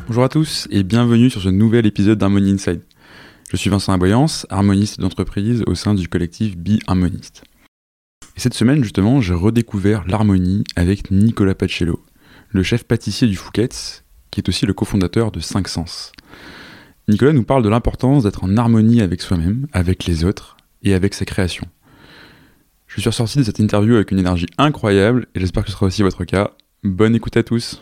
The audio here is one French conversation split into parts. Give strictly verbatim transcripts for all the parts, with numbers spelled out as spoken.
Bonjour à tous et bienvenue sur ce nouvel épisode d'Harmonie Inside. Je suis Vincent Aboyance, harmoniste d'entreprise au sein du collectif Be Harmoniste. Et cette semaine justement, j'ai redécouvert l'harmonie avec Nicolas Pacello, le chef pâtissier du Fouquet's, qui est aussi le cofondateur de Cinq Sens. Nicolas nous parle de l'importance d'être en harmonie avec soi-même, avec les autres et avec sa création. Je suis ressorti de cette interview avec une énergie incroyable et j'espère que ce sera aussi votre cas. Bonne écoute à tous.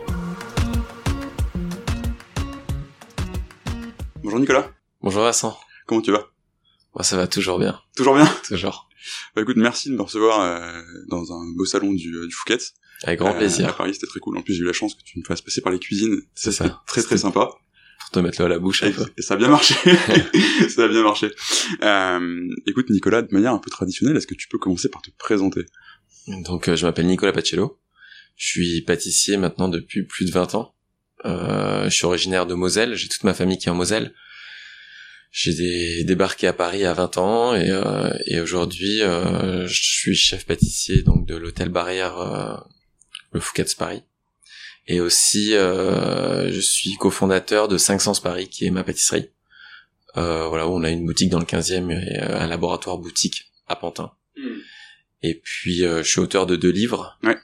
Bonjour Nicolas. Bonjour Vincent. Comment tu vas ? Moi ça va toujours bien. Toujours bien ? Toujours. Bah écoute, merci de me recevoir euh, dans un beau salon du, euh, du Fouquet's. Avec grand euh, plaisir. À Paris, c'était très cool. En plus, j'ai eu la chance que tu me fasses passer par les cuisines. C'est ça. ça. Très très sympa. Pour te mettre l'eau à la bouche un et, peu. Et ça a bien marché. Ça a bien marché. Euh, écoute Nicolas, de manière un peu traditionnelle, est-ce que tu peux commencer par te présenter ? Donc euh, je m'appelle Nicolas Pacello. Je suis pâtissier maintenant depuis plus de vingt ans. Euh, je suis originaire de Moselle. J'ai toute ma famille qui est en Moselle. J'ai des, débarqué à Paris à vingt ans et, euh, et aujourd'hui euh, je suis chef pâtissier donc de l'hôtel Barrière, euh, le Fouquet's Paris. Et aussi euh, je suis cofondateur de Cinq Sens Paris qui est ma pâtisserie. Euh, voilà, où on a une boutique dans le quinzième et euh, un laboratoire boutique à Pantin. Mm. Et puis euh, je suis auteur de deux livres. Ouais.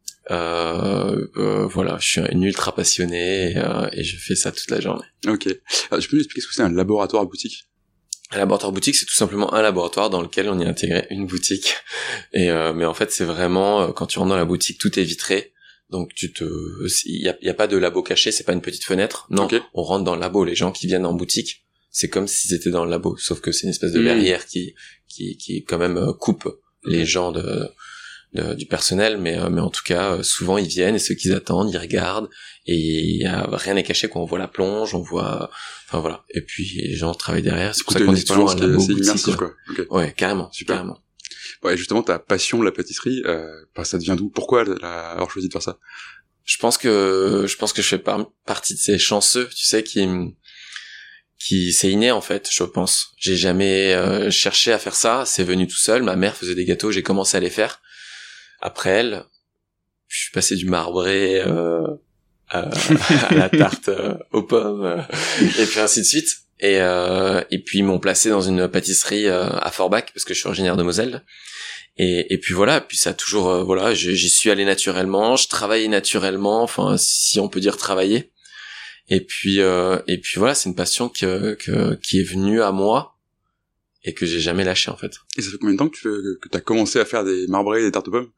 Euh, euh, voilà, je suis un ultra passionné et, euh, et je fais ça toute la journée. Ok. Alors, je peux nous expliquer ce que c'est un laboratoire boutique ? Un laboratoire boutique, c'est tout simplement un laboratoire dans lequel on y a intégré une boutique. Et euh, mais en fait, c'est vraiment quand tu rentres dans la boutique, tout est vitré. Donc tu te, il y a, y a pas de labo caché, c'est pas une petite fenêtre. Non, okay. On rentre dans le labo. Les gens qui viennent en boutique, c'est comme s'ils étaient dans le labo, sauf que c'est une espèce de verrière mmh. qui, qui, qui quand même coupe les gens de, de du personnel. Mais, mais en tout cas, souvent ils viennent et ceux qui attendent, ils regardent et il y a rien n'est caché. Quand on voit la plonge, on voit, enfin voilà. Et puis les gens travaillent derrière. C'est pour ça qu'on dit toujours un labo c'est boutique. Immersif, quoi. Okay. Ouais, carrément, super. Carrément. Ouais, justement, ta passion de la pâtisserie, euh, bah, ça devient d'où ? Pourquoi la, avoir choisi de faire ça ? Je pense que je pense que je fais par, partie de ces chanceux, tu sais, qui qui c'est inné en fait. Je pense. J'ai jamais euh, cherché à faire ça. C'est venu tout seul. Ma mère faisait des gâteaux, j'ai commencé à les faire. Après elle, je suis passé du marbré euh, à, à la tarte euh, aux pommes euh, et puis ainsi de suite. Et euh, et puis ils m'ont placé dans une pâtisserie euh, à Forbach parce que je suis originaire de Moselle. Et, et puis voilà, puis ça a toujours, euh, voilà, j'y suis allé naturellement, je travaillais naturellement, enfin si on peut dire travailler. Et puis euh, et puis voilà, c'est une passion que, que qui est venue à moi et que j'ai jamais lâché en fait. Et ça fait combien de temps que tu fais, que t'as commencé à faire des marbrés et des tartes aux pommes ?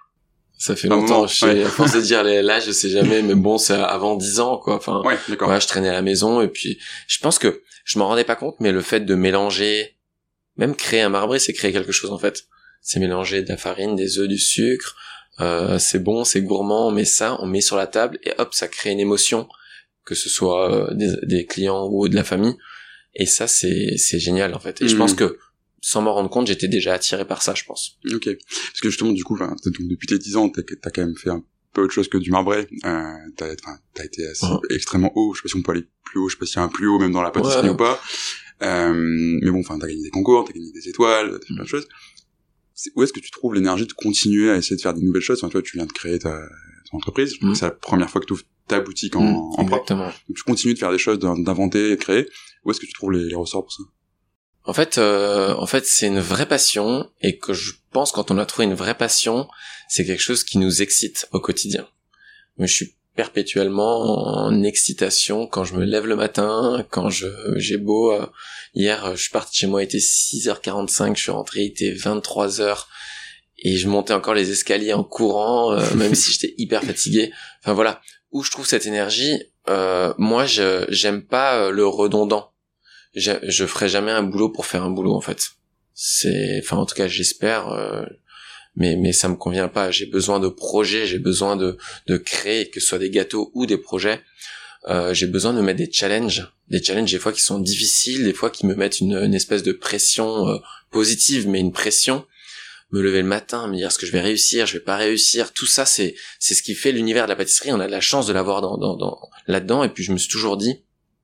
Ça fait longtemps, moment, je sais, ouais. À force de dire l'âge, je sais jamais, mais bon, c'est avant dix ans quoi. Enfin, ouais, d'accord. Ouais, je traînais à la maison et puis je pense que je m'en rendais pas compte, mais le fait de mélanger, même créer un marbré, c'est créer quelque chose en fait. C'est mélanger de la farine, des œufs, du sucre, euh, c'est bon, c'est gourmand, on met ça, on met sur la table et hop, ça crée une émotion, que ce soit euh, des, des clients ou de la famille. Et ça, c'est c'est génial en fait. Et mmh. je pense que sans m'en rendre compte, j'étais déjà attiré par ça, je pense. Ok. Parce que justement, du coup, donc, depuis tes dix ans, t'as, t'as quand même fait un peu autre chose que du marbré. Euh, t'as, t'as été assez, ouais. extrêmement haut. Je sais pas si on peut aller plus haut. Je sais pas s'il y a un plus haut même dans la pâtisserie ouais. ou pas. Euh, mais bon, enfin, t'as gagné des concours, t'as gagné des étoiles, t'as fait plein de choses. C'est, où est-ce que tu trouves l'énergie de continuer à essayer de faire des nouvelles choses ? Enfin, tu vois, tu viens de créer ta ton entreprise. Mmh. C'est la première fois que tu ouvres ta boutique en, mmh, en propre. Exactement. Donc, tu continues de faire des choses, d'inventer, de créer. Où est-ce que tu trouves les, les ressorts pour ça ? En fait, euh, en fait, c'est une vraie passion et que je pense quand on a trouvé une vraie passion, c'est quelque chose qui nous excite au quotidien. Mais je suis perpétuellement en excitation quand je me lève le matin, quand je j'ai beau euh, hier je suis parti chez moi, il était six heures quarante-cinq, je suis rentré, il était vingt-trois heures et je montais encore les escaliers en courant euh, même si j'étais hyper fatigué. Enfin voilà, où je trouve cette énergie, euh, moi je j'aime pas le redondant. Je, je ferai jamais un boulot pour faire un boulot en fait. C'est enfin en tout cas j'espère euh, mais mais ça me convient pas. J'ai besoin de projets, j'ai besoin de de créer, que ce soit des gâteaux ou des projets. Euh, j'ai besoin de me mettre des challenges, des challenges des fois qui sont difficiles, des fois qui me mettent une, une espèce de pression euh, positive, mais une pression. Me lever le matin, me dire ce que je vais réussir, je vais pas réussir. Tout ça, c'est c'est ce qui fait l'univers de la pâtisserie. On a de la chance de l'avoir dans dans dans là-dedans. Et puis je me suis toujours dit,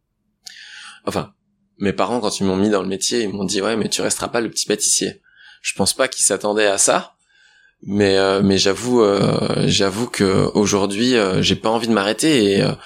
enfin, mes parents quand ils m'ont mis dans le métier, ils m'ont dit ouais, mais tu resteras pas le petit pâtissier. Je pense pas qu'ils s'attendaient à ça. Mais euh, mais j'avoue euh, j'avoue que aujourd'hui euh, j'ai pas envie de m'arrêter et euh,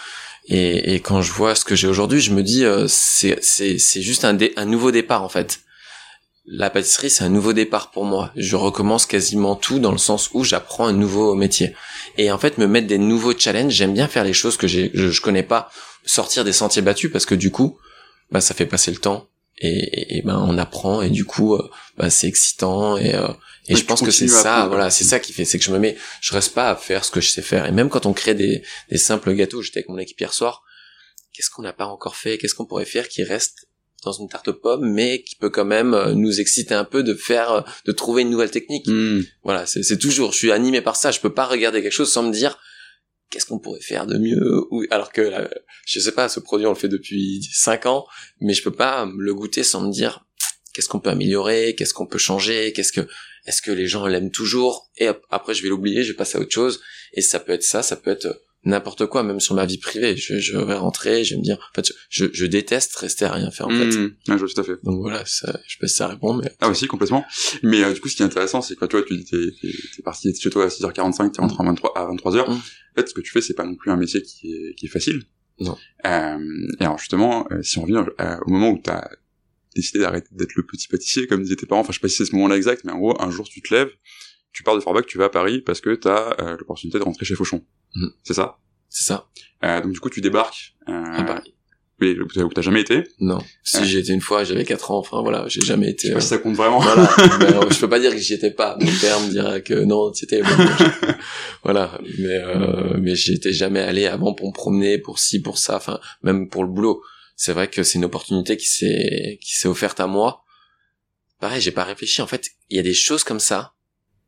Et, et quand je vois ce que j'ai aujourd'hui, je me dis, euh, c'est, c'est, c'est juste un, dé, un nouveau départ, en fait. La pâtisserie, c'est un nouveau départ pour moi. Je recommence quasiment tout dans le sens où j'apprends un nouveau métier. Et en fait, me mettre des nouveaux challenges, j'aime bien faire les choses que j'ai, je, je connais pas, sortir des sentiers battus, parce que du coup, bah, ça fait passer le temps. Et, et, et ben, on apprend, et du coup, euh, bah, c'est excitant, et, euh, et ouais, je pense que c'est ça, voilà, c'est ça qui fait, c'est que je me mets, je reste pas à faire ce que je sais faire. Et même quand on crée des, des simples gâteaux, j'étais avec mon équipe hier soir, qu'est-ce qu'on n'a pas encore fait, qu'est-ce qu'on pourrait faire qui reste dans une tarte aux pommes, mais qui peut quand même nous exciter un peu de faire, de trouver une nouvelle technique. Mmh. Voilà, c'est, c'est toujours, je suis animé par ça, je peux pas regarder quelque chose sans me dire, qu'est-ce qu'on pourrait faire de mieux, ou, alors que, là, je sais pas, ce produit, on le fait depuis cinq ans, mais je peux pas le goûter sans me dire, qu'est-ce qu'on peut améliorer, qu'est-ce qu'on peut changer, qu'est-ce que, est-ce que les gens l'aiment toujours, et après, je vais l'oublier, je vais passer à autre chose, et ça peut être ça, ça peut être n'importe quoi, même sur ma vie privée. Je, je vais rentrer, je vais me dire, en fait, je, je déteste rester à rien faire, en mmh, fait. Ouais, je vois tout à fait. Donc voilà, ça, je sais pas si ça répond, mais... Ah, aussi, complètement. Mais, euh, du coup, ce qui est intéressant, c'est que, tu vois, tu dis, t'es, t'es, t'es parti chez toi à six heures quarante-cinq, t'es rentré mmh. à vingt-trois heures. Mmh. En fait, ce que tu fais, c'est pas non plus un métier qui est, qui est facile. Non. Euh, et alors, justement, euh, si on revient euh, au moment où t'as décidé d'arrêter d'être le petit pâtissier, comme disaient tes parents, enfin, je sais pas si c'est ce moment-là exact, mais en gros, un jour, tu te lèves, tu pars de Forbach, tu vas à Paris parce que t'as euh, l'opportunité de rentrer chez Fauchon. Mmh. C'est ça? C'est ça. Euh, donc du coup tu débarques euh, à Paris. Oui, où t'as jamais été? Non. Si euh. j'y étais une fois, j'avais quatre ans. Enfin voilà, j'ai jamais été. Je sais pas euh... si ça compte vraiment. Voilà. Ben, je peux pas dire que j'y étais pas. Mon père me dirait que non, c'était. Voilà. Mais euh, mais j'y étais jamais allé avant pour me promener, pour ci, pour ça. Enfin même pour le boulot. C'est vrai que c'est une opportunité qui s'est qui s'est offerte à moi. Pareil, j'ai pas réfléchi. En fait, il y a des choses comme ça.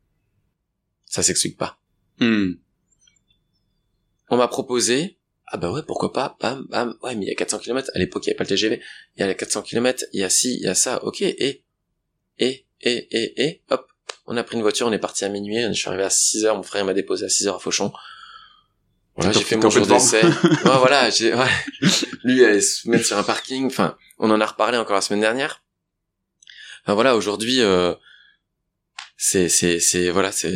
Ça s'explique pas. Hmm. On m'a proposé, ah bah ouais, pourquoi pas, bam, bam, ouais, mais il y a quatre cents kilomètres, à l'époque il y avait pas le T G V, il y a les quatre cents kilomètres, il y a ci, il y a ça, ok, et, et, et, et, et, hop, on a pris une voiture, on est parti à minuit, je suis arrivé à six heures, mon frère m'a déposé à six heures à Fauchon. Voilà, j'ai fait mon jour d'essai. Ouais, voilà, j'ai, ouais. Lui, il allait se mettre sur un parking, enfin, on en a reparlé encore la semaine dernière. Enfin voilà, aujourd'hui, euh, c'est, c'est, c'est, voilà, c'est...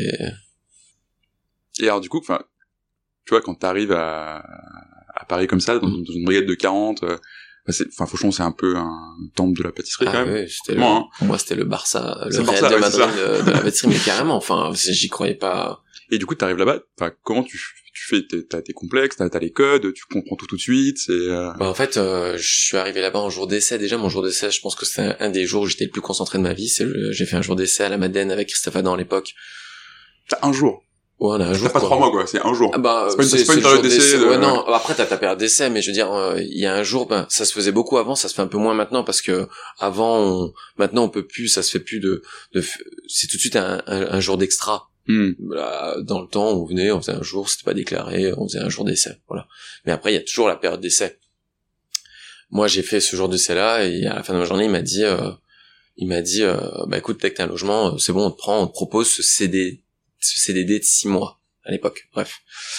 Et alors du coup, enfin, tu vois, quand t'arrives à, à Paris comme ça, dans, mmh. dans une brigade de quarante, euh, c'est, enfin, Fauchon, c'est un peu un temple de la pâtisserie, ah, quand même. Oui, c'était le, hein. Pour moi, c'était le Barça, le Real Barça, de ouais, Madrid de, de la pâtisserie, mais carrément, enfin, j'y croyais pas. Et du coup, t'arrives là-bas, enfin, comment tu, tu fais, t'as tes complexes, t'as, t'as les codes, tu comprends tout tout de suite, c'est, euh... Bah, en fait, euh, je suis arrivé là-bas en jour d'essai. Déjà, mon jour d'essai, je pense que c'est un, un des jours où j'étais le plus concentré de ma vie. C'est le, j'ai fait un jour d'essai à la Madeleine avec Christophe Adam à l'époque. T'as un jour? Ouais, on a un jour. T'as pas quoi. trois mois, quoi, c'est un jour. Ah bah, c'est pas une, c'est, c'est pas une période d'essai. De... Ouais, euh... non, après t'as ta période d'essai, mais je veux dire, il euh, y a un jour, ben, ça se faisait beaucoup avant, ça se fait un peu moins maintenant, parce que avant, on... maintenant on peut plus, ça se fait plus de, de... c'est tout de suite un, un, un jour d'extra. Hmm. Là, dans le temps, on venait, on faisait un jour, c'était pas déclaré, on faisait un jour d'essai, voilà. Mais après, il y a toujours la période d'essai. Moi, j'ai fait ce jour d'essai-là, et à la fin de ma journée, il m'a dit, euh, il m'a dit, euh, bah écoute, dès que t'as un logement, c'est bon, on te prend, on te propose ce C D, ce C D D de six mois. À l'époque, bref.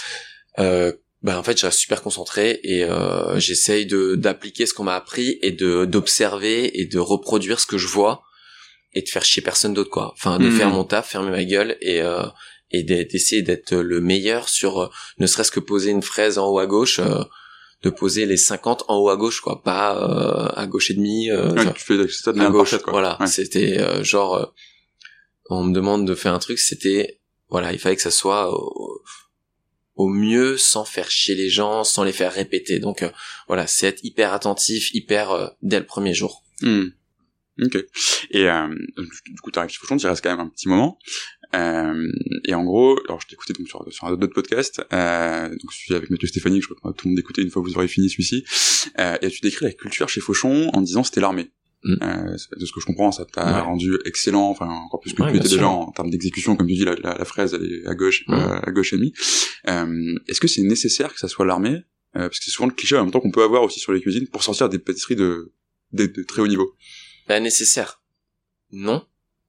Euh, bah en fait, je reste super concentré et euh, j'essaye de d'appliquer ce qu'on m'a appris et de d'observer et de reproduire ce que je vois et de faire chier personne d'autre, quoi. Enfin, de mmh. faire mon taf, fermer ma gueule et euh, et d'essayer d'être le meilleur sur euh, ne serait-ce que poser une fraise en haut à gauche, euh, de poser les cinquante en haut à gauche, quoi, pas euh, à gauche et demi. Euh, ouais, tu fais ça de à gauche, parfaite, quoi. Voilà, ouais. C'était euh, genre, euh, on me demande de faire un truc, c'était voilà, il fallait que ça soit au, au mieux sans faire chier les gens, sans les faire répéter. Donc euh, voilà, c'est être hyper attentif, hyper euh, dès le premier jour. Mmh. Ok. Et euh, du coup, t'arrives chez Fauchon, tu restes quand même un petit moment. Euh, et en gros, alors je t'ai écouté donc sur, sur un autre podcast, euh, donc celui avec Mathieu Stéphanie, que je crois que tout le monde écoutait une fois que vous aurez fini celui-ci. Euh, et tu décris la culture chez Fauchon en disant c'était l'armée. Mm. Euh, de ce que je comprends, ça t'a ouais. rendu excellent, enfin encore plus que ouais, tu étais déjà en termes d'exécution, comme tu dis, la, la, la fraise elle est à gauche, mm. euh, à gauche et demi. Euh, est-ce que c'est nécessaire que ça soit l'armée, euh, parce que c'est souvent le cliché en même temps qu'on peut avoir aussi sur les cuisines pour sortir des pâtisseries de, de, de très haut niveau. Bah nécessaire, non,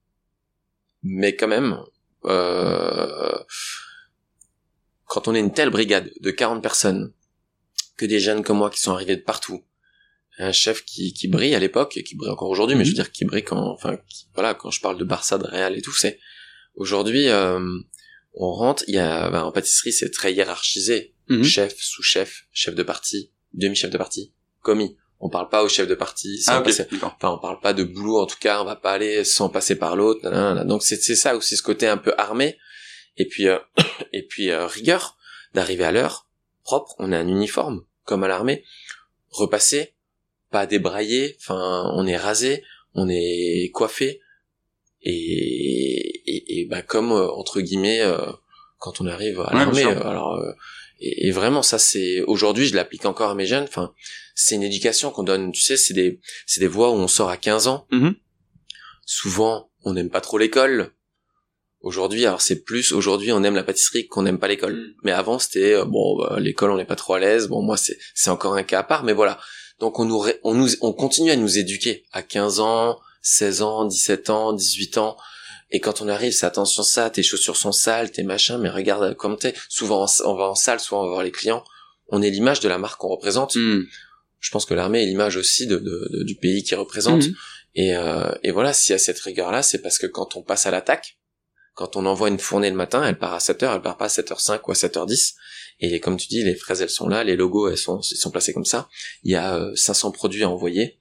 mais quand même, euh, quand on est une telle brigade de quarante personnes, que des jeunes comme moi qui sont arrivés de partout. Un chef qui qui brille à l'époque et qui brille encore aujourd'hui, mmh. mais je veux dire qui brille quand, enfin, qui, voilà, quand je parle de Barça, de Real et tout, c'est aujourd'hui, euh, on rentre, il y a, ben, en pâtisserie, c'est très hiérarchisé, mmh. chef, sous-chef, chef de partie, demi-chef de partie, commis. On parle pas au chef de partie, sans ah, okay, passer, enfin, on parle pas de boulot, en tout cas, on va pas aller sans passer par l'autre, nanana. Donc c'est, c'est ça aussi, ce côté un peu armé, et puis, euh, et puis, euh, rigueur, d'arriver à l'heure, propre, on a un uniforme, comme à l'armée, repasser, pas débraillé, enfin, on est rasé, on est coiffé, et, et, et bah, comme, euh, entre guillemets, euh, quand on arrive à l'armée, ouais, euh, alors, euh, et, et vraiment, ça, c'est, aujourd'hui, je l'applique encore à mes jeunes, enfin, c'est une éducation qu'on donne, tu sais, c'est des, c'est des voies où on sort à quinze ans. Mm-hmm. Souvent, on n'aime pas trop l'école. Aujourd'hui, alors c'est plus, aujourd'hui, on aime la pâtisserie qu'on n'aime pas l'école. Mm. Mais avant, c'était, euh, bon, bah, l'école, on n'est pas trop à l'aise. Bon, moi, c'est, c'est encore un cas à part, mais voilà. Donc, on nous, on nous, on continue à nous éduquer à quinze ans, seize ans, dix-sept ans, dix-huit ans. Et quand on arrive, c'est attention ça, tes chaussures sont sales, tes machins, mais regarde comme t'es. Souvent, on va en salle, souvent, on va voir les clients. On est l'image de la marque qu'on représente. Mm. Je pense que l'armée est l'image aussi de, de, de du pays qui représente. Mm. Et, euh, et voilà, s'il y a cette rigueur-là, c'est parce que quand on passe à l'attaque, quand on envoie une fournée le matin, elle part à sept heures, elle part pas à sept heures cinq ou à sept heures dix. Et comme tu dis, les fraises, elles sont là, les logos, elles sont, ils sont placés comme ça. Il y a euh, cinq cents produits à envoyer.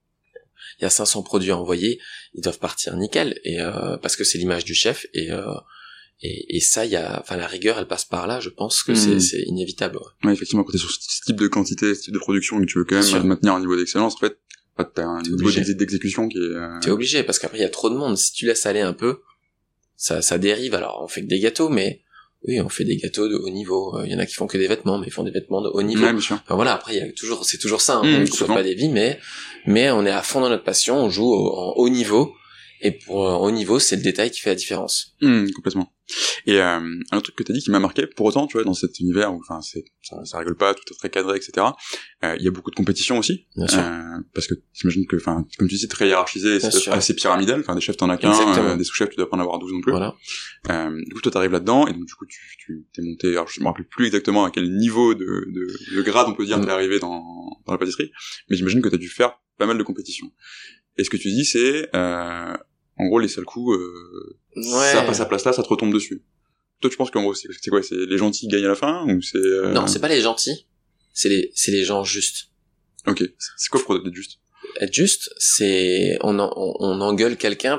Il y a cinq cents produits à envoyer. Ils doivent partir nickel. Et, euh, parce que c'est l'image du chef. Et, euh, et, et ça, il y a, enfin, la rigueur, elle passe par là. Je pense que mmh. c'est, c'est inévitable. Ouais. Ouais, effectivement, quand t'es sur ce type de quantité, ce type de production, et que tu veux quand même Sûr. maintenir un niveau d'excellence, en fait, t'as un niveau d'exécution qui est, euh... T'es obligé, parce qu'après, il y a trop de monde. Si tu laisses aller un peu, ça, ça dérive. Alors, on fait que des gâteaux, mais oui, on fait des gâteaux de haut niveau. Il y en a qui font que des vêtements, mais ils font des vêtements de haut niveau. Ouais, bien sûr. Enfin, voilà. Après, il y a toujours, c'est toujours ça. Hein. Mmh, on ne sauve pas des vies, mais, mais on est à fond dans notre passion. On joue au, en haut niveau. Et pour euh, haut niveau, c'est le détail qui fait la différence. Mmh, complètement. Et euh, un autre truc que t'as dit qui m'a marqué, pour autant, tu vois, dans cet univers où, enfin, c'est, ça, ça rigole pas, tout est très cadré, et cetera. Il euh, y a beaucoup de compétition aussi, Bien sûr. Euh, parce que j'imagine que, enfin, comme tu dis, c'est très hiérarchisé, c'est sûr. assez pyramidal. Enfin, des chefs t'en as qu'un, euh, des sous-chefs tu dois pas en avoir douze non plus. Voilà. Euh, du coup, toi t'arrives là-dedans, et donc du coup, tu, tu t'es monté. Alors, je me rappelle plus exactement à quel niveau de, de, de grade on peut dire mmh. t'es arrivé dans, dans la pâtisserie, mais j'imagine que t'as dû faire pas mal de compétitions. Et ce que tu dis, c'est euh, en gros, les sales coups, euh, ouais. ça passe à sa place là, ça te retombe dessus. Toi, tu penses qu'en gros, c'est, c'est quoi? C'est les gentils qui gagnent à la fin, ou c'est... Euh... Non, c'est pas les gentils, c'est les, c'est les gens justes. Ok. C'est quoi pour être juste? Être juste, c'est... On, en, on, on engueule quelqu'un,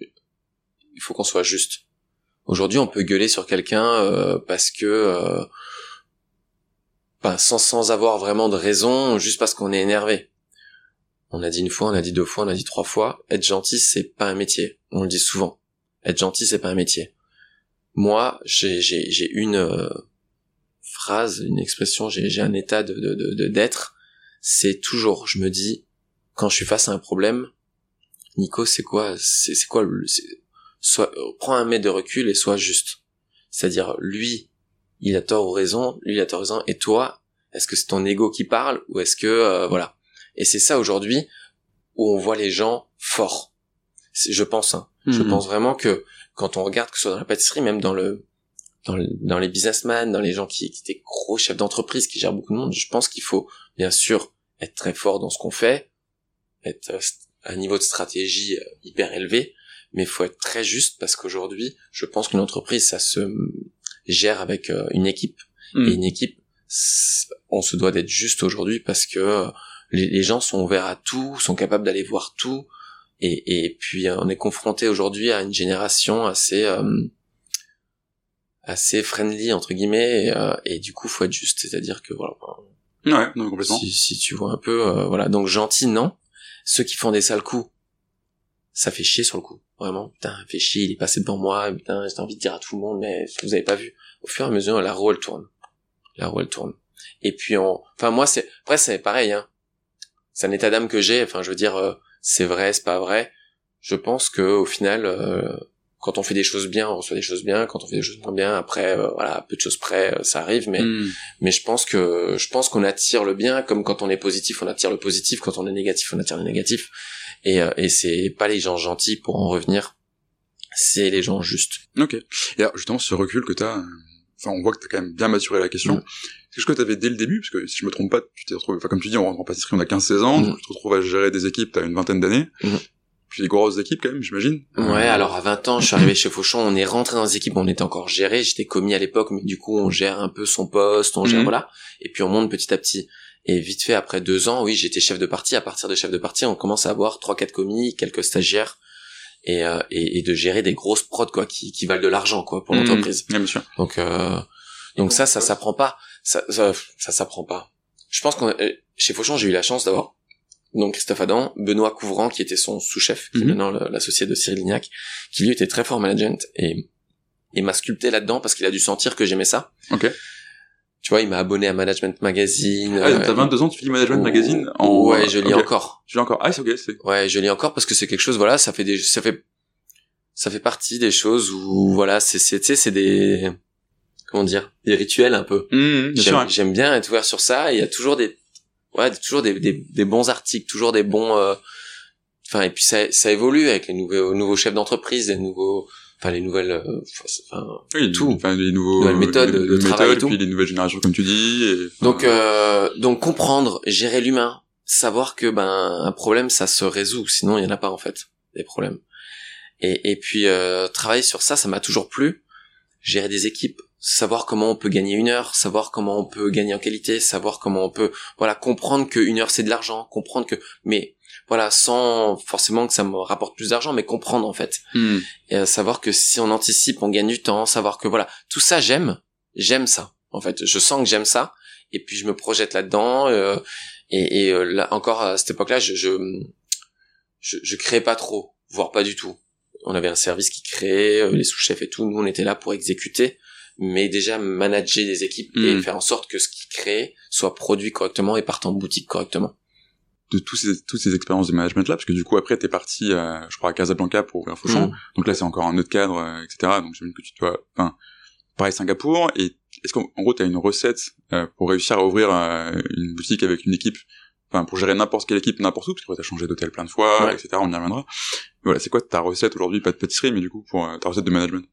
il faut qu'on soit juste. Aujourd'hui, on peut gueuler sur quelqu'un euh, parce que... Euh, ben, sans, sans avoir vraiment de raison, juste parce qu'on est énervé. On a dit une fois, on a dit deux fois, on a dit trois fois. Être gentil, c'est pas un métier. On le dit souvent. Être gentil, c'est pas un métier. Moi, j'ai, j'ai, j'ai une euh, phrase, une expression, j'ai, j'ai un état de, de, de, d'être. C'est toujours, je me dis, quand je suis face à un problème, Nico, c'est quoi, c'est, c'est quoi le, c'est, soit, prends un mètre de recul et sois juste. C'est-à-dire, lui, il a tort ou raison, lui, il a tort ou raison, et toi, est-ce que c'est ton ego qui parle, ou est-ce que, euh, voilà. Et c'est ça aujourd'hui où on voit les gens forts. C'est, je pense, hein. Mmh. Je pense vraiment que quand on regarde, que ce soit dans la pâtisserie, même dans le, dans, le, dans les businessmen, dans les gens qui, qui étaient gros chefs d'entreprise, qui gèrent beaucoup de monde, je pense qu'il faut bien sûr être très fort dans ce qu'on fait, être à un niveau de stratégie hyper élevé, mais il faut être très juste parce qu'aujourd'hui, je pense qu'une entreprise, ça se gère avec une équipe. Mmh. Et une équipe, on se doit d'être juste aujourd'hui parce que les, les gens sont ouverts à tout, sont capables d'aller voir tout. Et, et puis on est confronté aujourd'hui à une génération assez euh, assez friendly entre guillemets et, euh, et du coup faut être juste, c'est-à-dire que voilà. Ouais, non, complètement. Si, si tu vois un peu, euh, voilà. Donc gentil, non. Ceux qui font des sales coups, ça fait chier sur le coup, vraiment. Putain, fait chier, il est passé devant moi. Putain, j'ai envie de dire à tout le monde, mais vous avez pas vu. Au fur et à mesure, la roue elle tourne, la roue elle tourne. Et puis on, enfin moi c'est, après c'est pareil, hein. C'est un état d'âme que j'ai. Enfin, je veux dire. Euh, c'est vrai, c'est pas vrai. Je pense que au final, euh, quand on fait des choses bien, on reçoit des choses bien. Quand on fait des choses moins bien, après, euh, voilà, peu de choses près, euh, ça arrive. Mais, mm. mais je pense que, je pense qu'on attire le bien, comme quand on est positif, on attire le positif. Quand on est négatif, on attire le négatif. Et, euh, et c'est pas les gens gentils pour en revenir. C'est les gens justes. Ok. Et alors, justement, ce recul que t'as, enfin, on voit que t'as quand même bien maturé la question. Mm. C'est ce que t'avais dès le début, parce que si je me trompe pas, tu t'es retrouvé, enfin, comme tu dis, on rentre en pâtisserie, on a quinze seize ans, mmh. tu te retrouves à gérer des équipes, t'as une vingtaine d'années. Mmh. Puis des grosses équipes, quand même, j'imagine. Ouais, euh... alors à vingt ans, je suis arrivé chez Fauchon, on est rentré dans des équipes, on était encore géré, j'étais commis à l'époque, mais du coup, on gère un peu son poste, on gère, mmh. voilà. Et puis on monte petit à petit. Et vite fait, après deux ans, oui, j'étais chef de partie. À partir de chef de partie, on commence à avoir trois, quatre commis, quelques stagiaires, et, euh, et, et de gérer des grosses prods, quoi, qui, qui valent de l'argent, quoi, pour mmh, l'entreprise. Bien sûr. Donc, euh, donc ça, ça s'apprend pas. Ça, ça, ça s'apprend pas. Je pense qu'on, chez Fauchon, j'ai eu la chance d'avoir donc Christophe Adam, Benoît Couvrant, qui était son sous-chef, qui est mmh. maintenant l'associé de Cyril Lignac, qui lui était très fort en management, et, et m'a sculpté là-dedans parce qu'il a dû sentir que j'aimais ça. Ok. Tu vois, il m'a abonné à Management Magazine. Ah, t'as vingt-deux ans, tu lis Management oh, Magazine en... Ouais, je lis okay. encore. Je lis encore. Ah, c'est ok, c'est... Ouais, je lis encore parce que c'est quelque chose, voilà, ça fait des, ça fait, ça fait partie des choses où, voilà, c'est, c'est, tu sais, c'est des, comment dire, des rituels un peu. Mmh, bien j'aime, sûr. j'aime bien être ouvert sur ça, et il y a toujours des, ouais, toujours des, des, des bons articles, toujours des bons, euh, enfin, et puis ça, ça évolue avec les nouveaux, nouveaux chefs d'entreprise, les nouveaux, enfin, les nouvelles, euh, enfin, oui, tout. Enfin, les nouveaux, nouvelles méthodes les, de les travail méthodes, et tout. Puis les nouvelles générations, comme tu dis. Et, enfin, donc, euh, donc comprendre, gérer l'humain, savoir que, ben, un problème, ça se résout, sinon il y en a pas, en fait, des problèmes. Et, et puis, euh, travailler sur ça, ça m'a toujours plu. Gérer des équipes, savoir comment on peut gagner une heure, savoir comment on peut gagner en qualité, savoir comment on peut, voilà, comprendre que une heure c'est de l'argent, comprendre que, mais voilà, sans forcément que ça me rapporte plus d'argent, mais comprendre en fait, hmm. et euh, savoir que si on anticipe, on gagne du temps, savoir que voilà, tout ça j'aime, j'aime ça en fait, je sens que j'aime ça, et puis je me projette là-dedans, euh, et, et euh, là encore à cette époque-là, je je, je je créais pas trop, voire pas du tout. On avait un service qui créait, euh, les sous-chefs et tout, nous on était là pour exécuter, mais déjà manager des équipes mmh. et faire en sorte que ce qu'ils créent soit produit correctement et parte en boutique correctement. De tous ces, toutes ces expériences de management là, parce que du coup après t'es parti, euh, je crois à Casablanca pour ouvrir Fauchon, mmh. donc là c'est encore un autre cadre, euh, et cetera. Donc j'imagine que tu dois, enfin, pareil Singapour, et est-ce qu'en en gros t'as une recette euh, pour réussir à ouvrir euh, une boutique avec une équipe, enfin pour gérer n'importe quelle équipe n'importe où, parce que t'as changé d'hôtel plein de fois, ouais. et cetera. On y reviendra. Voilà, c'est quoi ta recette aujourd'hui, pas de pâtisserie, mais du coup pour euh, ta recette de management?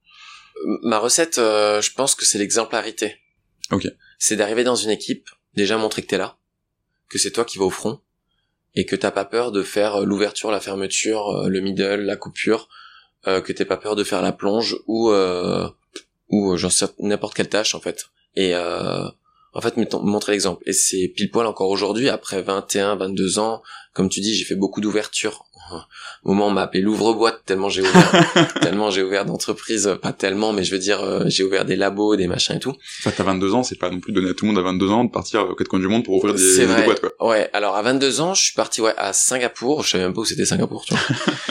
Ma recette, euh, je pense que c'est l'exemplarité. Ok. C'est d'arriver dans une équipe, déjà montrer que t'es là, que c'est toi qui vas au front, et que t'as pas peur de faire l'ouverture, la fermeture, le middle, la coupure, euh, que t'aies pas peur de faire la plonge ou euh, ou j'en sais n'importe quelle tâche en fait. Et euh, en fait montrer l'exemple. Et c'est pile poil encore aujourd'hui, après vingt et un, vingt-deux ans, comme tu dis, j'ai fait beaucoup d'ouvertures. Au moment où on m'a appelé l'ouvre-boîte tellement j'ai ouvert, tellement j'ai ouvert d'entreprises, pas tellement, mais je veux dire, euh, j'ai ouvert des labos, des machins et tout. Enfin, t'as vingt-deux ans, c'est pas non plus donné à tout le monde à vingt-deux ans de partir aux quatre coins du monde pour ouvrir des, c'est vrai. des boîtes, quoi. Ouais, alors à vingt-deux ans, je suis parti, ouais, à Singapour, je savais même pas où c'était Singapour, tu vois.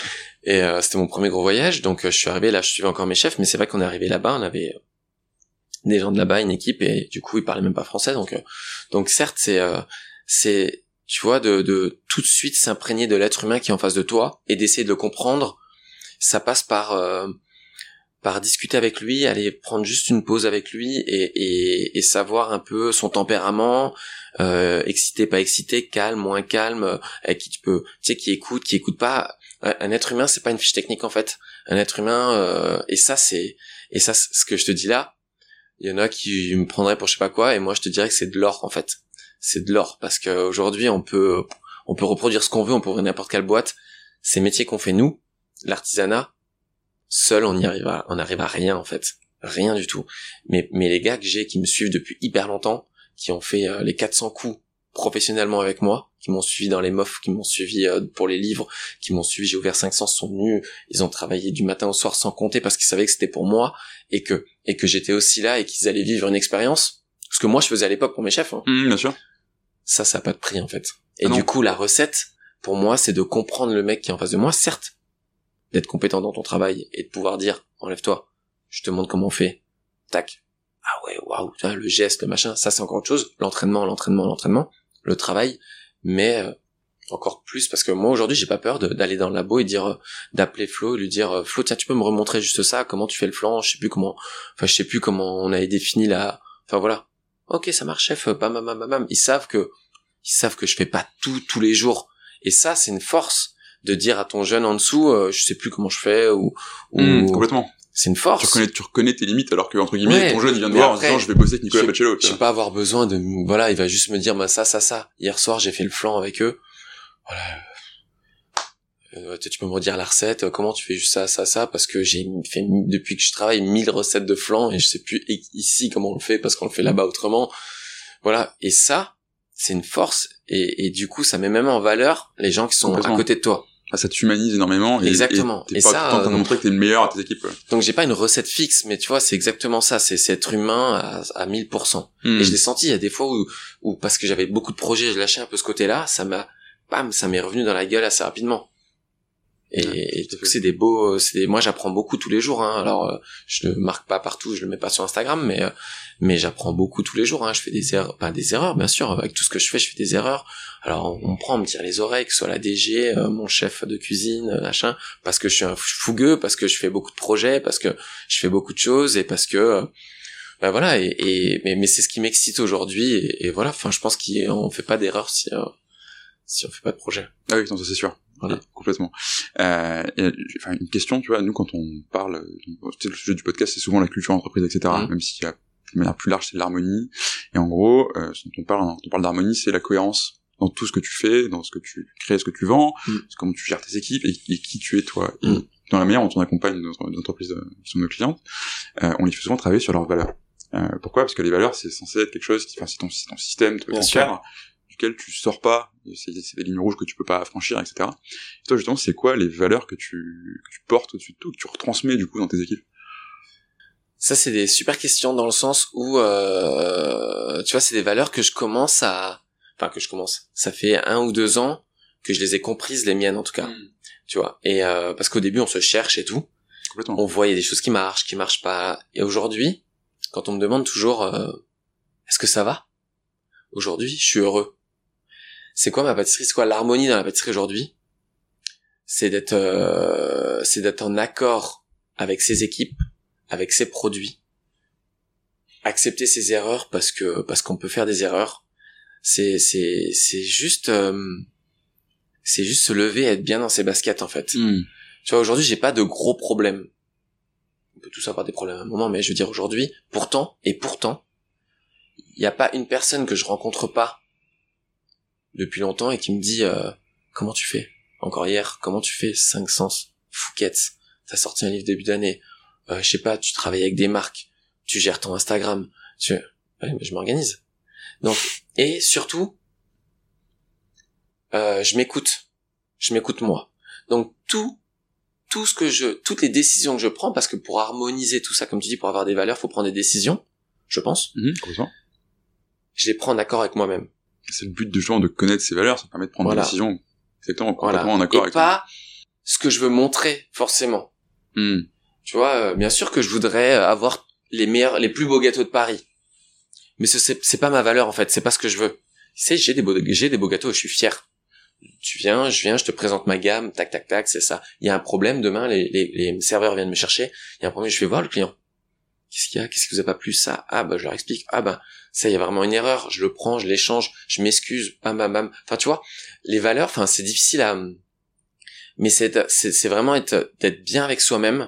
Et euh, c'était mon premier gros voyage, donc euh, je suis arrivé là, je suivais encore mes chefs, mais c'est vrai qu'on est arrivé là-bas, on avait des gens de là-bas, une équipe, et du coup, ils parlaient même pas français, donc, euh, donc certes, c'est, euh, c'est, tu vois, de, de tout de suite s'imprégner de l'être humain qui est en face de toi et d'essayer de le comprendre. Ça passe par euh, par discuter avec lui, aller prendre juste une pause avec lui et, et, et savoir un peu son tempérament, euh, excité, pas excité, calme, moins calme, euh, avec qui tu peux, tu sais, qui écoute, qui écoute pas. Un, un être humain, c'est pas une fiche technique en fait. Un être humain, euh, et ça c'est et ça c'est ce que je te dis là. Il y en a qui me prendraient pour je sais pas quoi, et moi je te dirais que c'est de l'or en fait. C'est de l'or parce qu'aujourd'hui on peut on peut reproduire ce qu'on veut, on peut ouvrir n'importe quelle boîte. Ces métiers qu'on fait nous, l'artisanat, seul on y arrive à, on arrive à rien en fait, rien du tout. Mais mais les gars que j'ai qui me suivent depuis hyper longtemps, qui ont fait euh, les quatre cents coups professionnellement avec moi, qui m'ont suivi dans les mofs, qui m'ont suivi euh, pour les livres, qui m'ont suivi, j'ai ouvert cinq cents, sont venus, ils ont travaillé du matin au soir sans compter parce qu'ils savaient que c'était pour moi et que et que j'étais aussi là et qu'ils allaient vivre une expérience. Ce que moi je faisais à l'époque pour mes chefs. Hein. Mmh, bien sûr. Ça, ça n'a pas de prix en fait. Et ah du coup, la recette, pour moi, c'est de comprendre le mec qui est en face de moi, certes, d'être compétent dans ton travail et de pouvoir dire, enlève-toi, je te montre comment on fait, tac. Ah ouais, waouh, le geste, le machin, ça c'est encore autre chose. L'entraînement, l'entraînement, l'entraînement, le travail, mais euh, encore plus parce que moi aujourd'hui, j'ai pas peur de, d'aller dans le labo et dire, euh, d'appeler Flo, et lui dire, euh, Flo, tiens, tu peux me remontrer juste ça, comment tu fais le flanc, je sais plus comment, enfin je sais plus comment on avait défini la, enfin voilà. Ok, ça marche, chef, bam, bam, bam, bam. Ils savent que, ils savent que je fais pas tout tous les jours. Et ça, c'est une force de dire à ton jeune en dessous, euh, je sais plus comment je fais ou, ou... Mmh, complètement. C'est une force. Tu reconnais, tu reconnais tes limites alors que entre guillemets, ouais, ton jeune il vient de voir après, en disant je vais bosser avec Nicolas Pacello. Je vais pas avoir besoin de, voilà, il va juste me dire, bah ça, ça, ça. Hier soir, j'ai fait le flan avec eux. Voilà. Euh, tu peux me redire la recette, comment tu fais juste ça, ça, ça, parce que j'ai fait, depuis que je travaille, mille recettes de flan et je sais plus ici comment on le fait parce qu'on le fait là-bas autrement. Voilà. Et ça, c'est une force et, et du coup ça met même en valeur les gens qui sont à côté de toi. Ah, ça t'humanise énormément. Et, exactement. Et, et, et pas ça, tout le temps t'as montré que t'es le meilleur à tes équipes. Ouais. Donc j'ai pas une recette fixe, mais tu vois, c'est exactement ça. C'est, c'est être humain à, à mille pour cent. Mm. Et je l'ai senti. Il y a des fois où, où parce que j'avais beaucoup de projets, je lâchais un peu ce côté-là. Ça m'a, bam, ça m'est revenu dans la gueule assez rapidement. Et, ouais, et donc c'est des beaux, c'est des, moi j'apprends beaucoup tous les jours. Hein. Alors euh, je le marque pas partout, je le mets pas sur Instagram, mais euh, mais j'apprends beaucoup tous les jours. Hein. Je fais des erreurs, pas des erreurs, bien sûr. Avec tout ce que je fais, je fais des erreurs. Alors on me prend, on me tire les oreilles, que ce soit la D G, euh, mon chef de cuisine, machin, parce que je suis un fougueux, parce que je fais beaucoup de projets, parce que je fais beaucoup de choses et parce que euh, ben voilà. Et, et mais mais c'est ce qui m'excite aujourd'hui. Et, et voilà. Enfin, je pense qu'on fait pas d'erreur si euh, si on fait pas de projet. Ah oui, non, ça c'est sûr. Voilà. Oui, complètement. Euh, et, enfin, une question, tu vois, nous quand on parle, tu sais, le sujet du podcast c'est souvent la culture entreprise, et cetera. Mmh. Même s'il y a de manière plus large c'est l'harmonie. Et en gros, euh, quand on parle, quand on parle d'harmonie, c'est la cohérence dans tout ce que tu fais, dans ce que tu crées, ce que tu vends, mmh. comment tu gères tes équipes et, et qui tu es toi. Mmh. Et dans la manière dont on accompagne nos, nos entreprises qui sont nos clientes, euh, on les fait souvent travailler sur leurs valeurs. Euh, pourquoi ? Parce que les valeurs c'est censé être quelque chose qui, enfin, c'est ton, c'est ton système, ton cadre, duquel tu sors pas, c'est, c'est des lignes rouges que tu peux pas franchir, et cetera. Et toi, justement, c'est quoi les valeurs que tu, que tu portes au-dessus de tout, que tu retransmets, du coup, dans tes équipes ? Ça, c'est des super questions dans le sens où, euh, tu vois, c'est des valeurs que je commence à, enfin, que je commence. Ça fait un ou deux ans que je les ai comprises, les miennes, en tout cas. Mmh. Tu vois. Et, euh, parce qu'au début, on se cherche et tout. Complètement. On voyait des choses qui marchent, qui marchent pas. Et aujourd'hui, quand on me demande toujours, euh, est-ce que ça va ? Aujourd'hui, je suis heureux. C'est quoi ma pâtisserie ? C'est quoi l'harmonie dans la pâtisserie aujourd'hui ? C'est d'être, euh, c'est d'être en accord avec ses équipes, avec ses produits, accepter ses erreurs parce que parce qu'on peut faire des erreurs. C'est c'est c'est juste euh, c'est juste se lever et être bien dans ses baskets en fait. Mm. Tu vois, aujourd'hui j'ai pas de gros problèmes. On peut tous avoir des problèmes à un moment, mais je veux dire aujourd'hui, pourtant et pourtant, il y a pas une personne que je rencontre pas depuis longtemps et qui me dit euh, comment tu fais encore hier, comment tu fais cinq sens, Fouquet, t'as sorti un livre début d'année, euh, je sais pas, tu travailles avec des marques, tu gères ton Instagram, tu ouais, mais je m'organise. Donc et surtout euh, je m'écoute, je m'écoute moi. Donc tout tout ce que je toutes les décisions que je prends, parce que pour harmoniser tout ça, comme tu dis, pour avoir des valeurs, faut prendre des décisions, je pense. Mmh, je les prends en accord avec moi-même. C'est le but de genre de connaître ses valeurs, ça permet de prendre voilà. des décisions exactement complètement voilà. en accord et avec pas toi. Ce que je veux montrer forcément. Mm. Tu vois, euh, bien sûr que je voudrais avoir les meilleurs, les plus beaux gâteaux de Paris, mais ce, c'est, c'est pas ma valeur en fait, c'est pas ce que je veux. Tu sais, j'ai des beaux, j'ai des beaux gâteaux, je suis fier. Tu viens, je viens, je te présente ma gamme, tac tac tac, c'est ça. Il y a un problème demain, les, les, les serveurs viennent me chercher, il y a un problème, je vais voir le client. Qu'est-ce qu'il y a ? Qu'est-ce qui vous a pas plu ? Ça ? Ah bah je leur explique. Ah bah ça, il y a vraiment une erreur. Je le prends, je l'échange, je m'excuse. Bam bam bam. Enfin tu vois, les valeurs. Enfin c'est difficile à. Mais c'est c'est, c'est vraiment être d'être bien avec soi-même,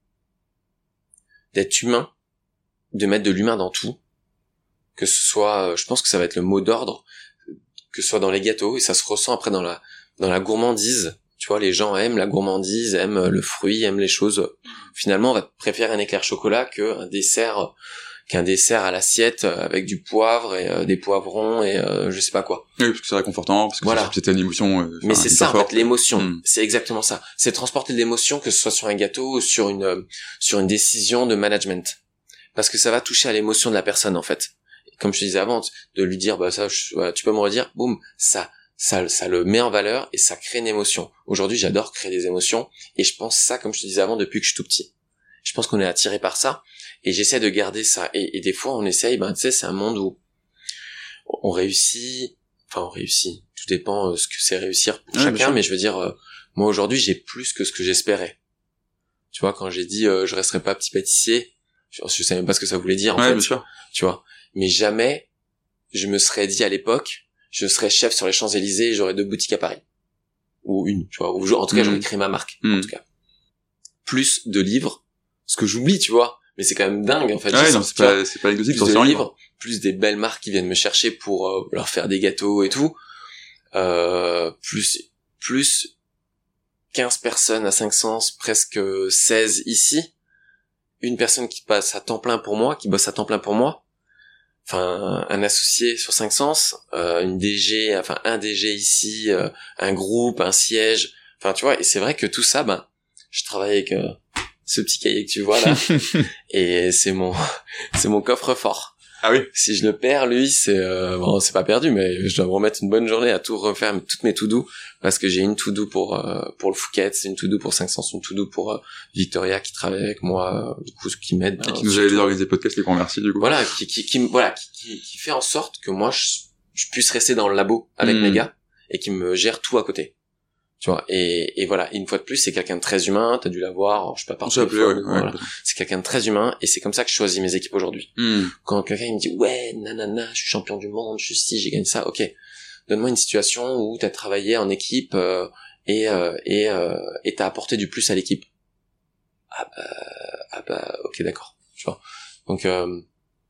d'être humain, de mettre de l'humain dans tout. Que ce soit, je pense que ça va être le mot d'ordre, que ce soit dans les gâteaux et ça se ressent après dans la dans la gourmandise. Tu vois, les gens aiment la gourmandise, aiment le fruit, aiment les choses. Finalement, on va préférer un éclair chocolat qu'un dessert, qu'un dessert à l'assiette avec du poivre et euh, des poivrons et euh, je sais pas quoi. Oui, parce que c'est réconfortant, parce que voilà. c'est, c'est une émotion. Euh, Mais c'est ça, en fait, l'émotion. Mm. C'est exactement ça. C'est transporter l'émotion, que ce soit sur un gâteau ou sur une, euh, sur une décision de management. Parce que ça va toucher à l'émotion de la personne, en fait. Comme je te disais avant, de lui dire, bah ça, je, voilà, tu peux me redire, boum, ça. Ça, ça le met en valeur et ça crée une émotion. Aujourd'hui, j'adore créer des émotions et je pense ça, comme je te disais avant, depuis que je suis tout petit. Je pense qu'on est attiré par ça et j'essaie de garder ça. Et, et des fois, on essaye, ben tu sais, c'est un monde où on réussit, enfin on réussit. Tout dépend euh, ce que c'est réussir pour ouais, chacun, mais je veux dire, euh, moi aujourd'hui, j'ai plus que ce que j'espérais. Tu vois, quand j'ai dit euh, je resterai pas petit pâtissier, je, je savais même pas ce que ça voulait dire en ouais, fait. Bien sûr. Tu vois, mais jamais je me serais dit à l'époque. Je serais chef sur les Champs-Élysées et j'aurais deux boutiques à Paris. Ou une, tu vois. Ou en tout cas, mmh. j'aurais créé ma marque, mmh. en tout cas. Plus de livres. Ce que j'oublie, tu vois. Mais c'est quand même dingue, en fait. Ouais, non, c'est pas, c'est pas l'exotique. Plus de livres, plus des belles marques qui viennent me chercher pour euh, leur faire des gâteaux et tout. Euh, plus, plus quinze personnes à cinq sens, presque seize ici. Une personne qui passe à temps plein pour moi, qui bosse à temps plein pour moi. enfin un associé sur cinq sens, euh, une D G, enfin un D G ici, euh, un groupe, un siège, enfin tu vois, et c'est vrai que tout ça, ben je travaille avec euh, ce petit cahier que tu vois là, et c'est mon c'est mon coffre-fort. Ah oui. Si je le perds, lui, c'est euh, bon, c'est pas perdu, mais je dois me remettre une bonne journée à tout refaire, toutes mes to-do, parce que j'ai une to-do pour euh, pour le Phuket, une to-do pour cinq cents, une to-do pour euh, Victoria qui travaille avec moi, euh, du coup, qui m'aide. Ben, et qui nous a aidé à organiser le podcast, les grands merci du coup. Voilà, qui qui qui voilà, qui qui, qui fait en sorte que moi je, je puisse rester dans le labo avec mmh. mes gars et qui me gère tout à côté. Tu vois, et, et voilà, une fois de plus, c'est quelqu'un de très humain, t'as dû l'avoir, je sais pas par téléphone, ouais, voilà. Ouais, c'est quelqu'un de très humain, et c'est comme ça que je choisis mes équipes aujourd'hui. Mm. Quand quelqu'un il me dit, ouais, nanana, je suis champion du monde, je suis ci, j'ai gagné ça, ok. Donne-moi une situation où t'as travaillé en équipe, euh, et, euh, et, euh, et t'as apporté du plus à l'équipe. Ah bah, ah bah, ok, d'accord. Tu vois. Donc, euh,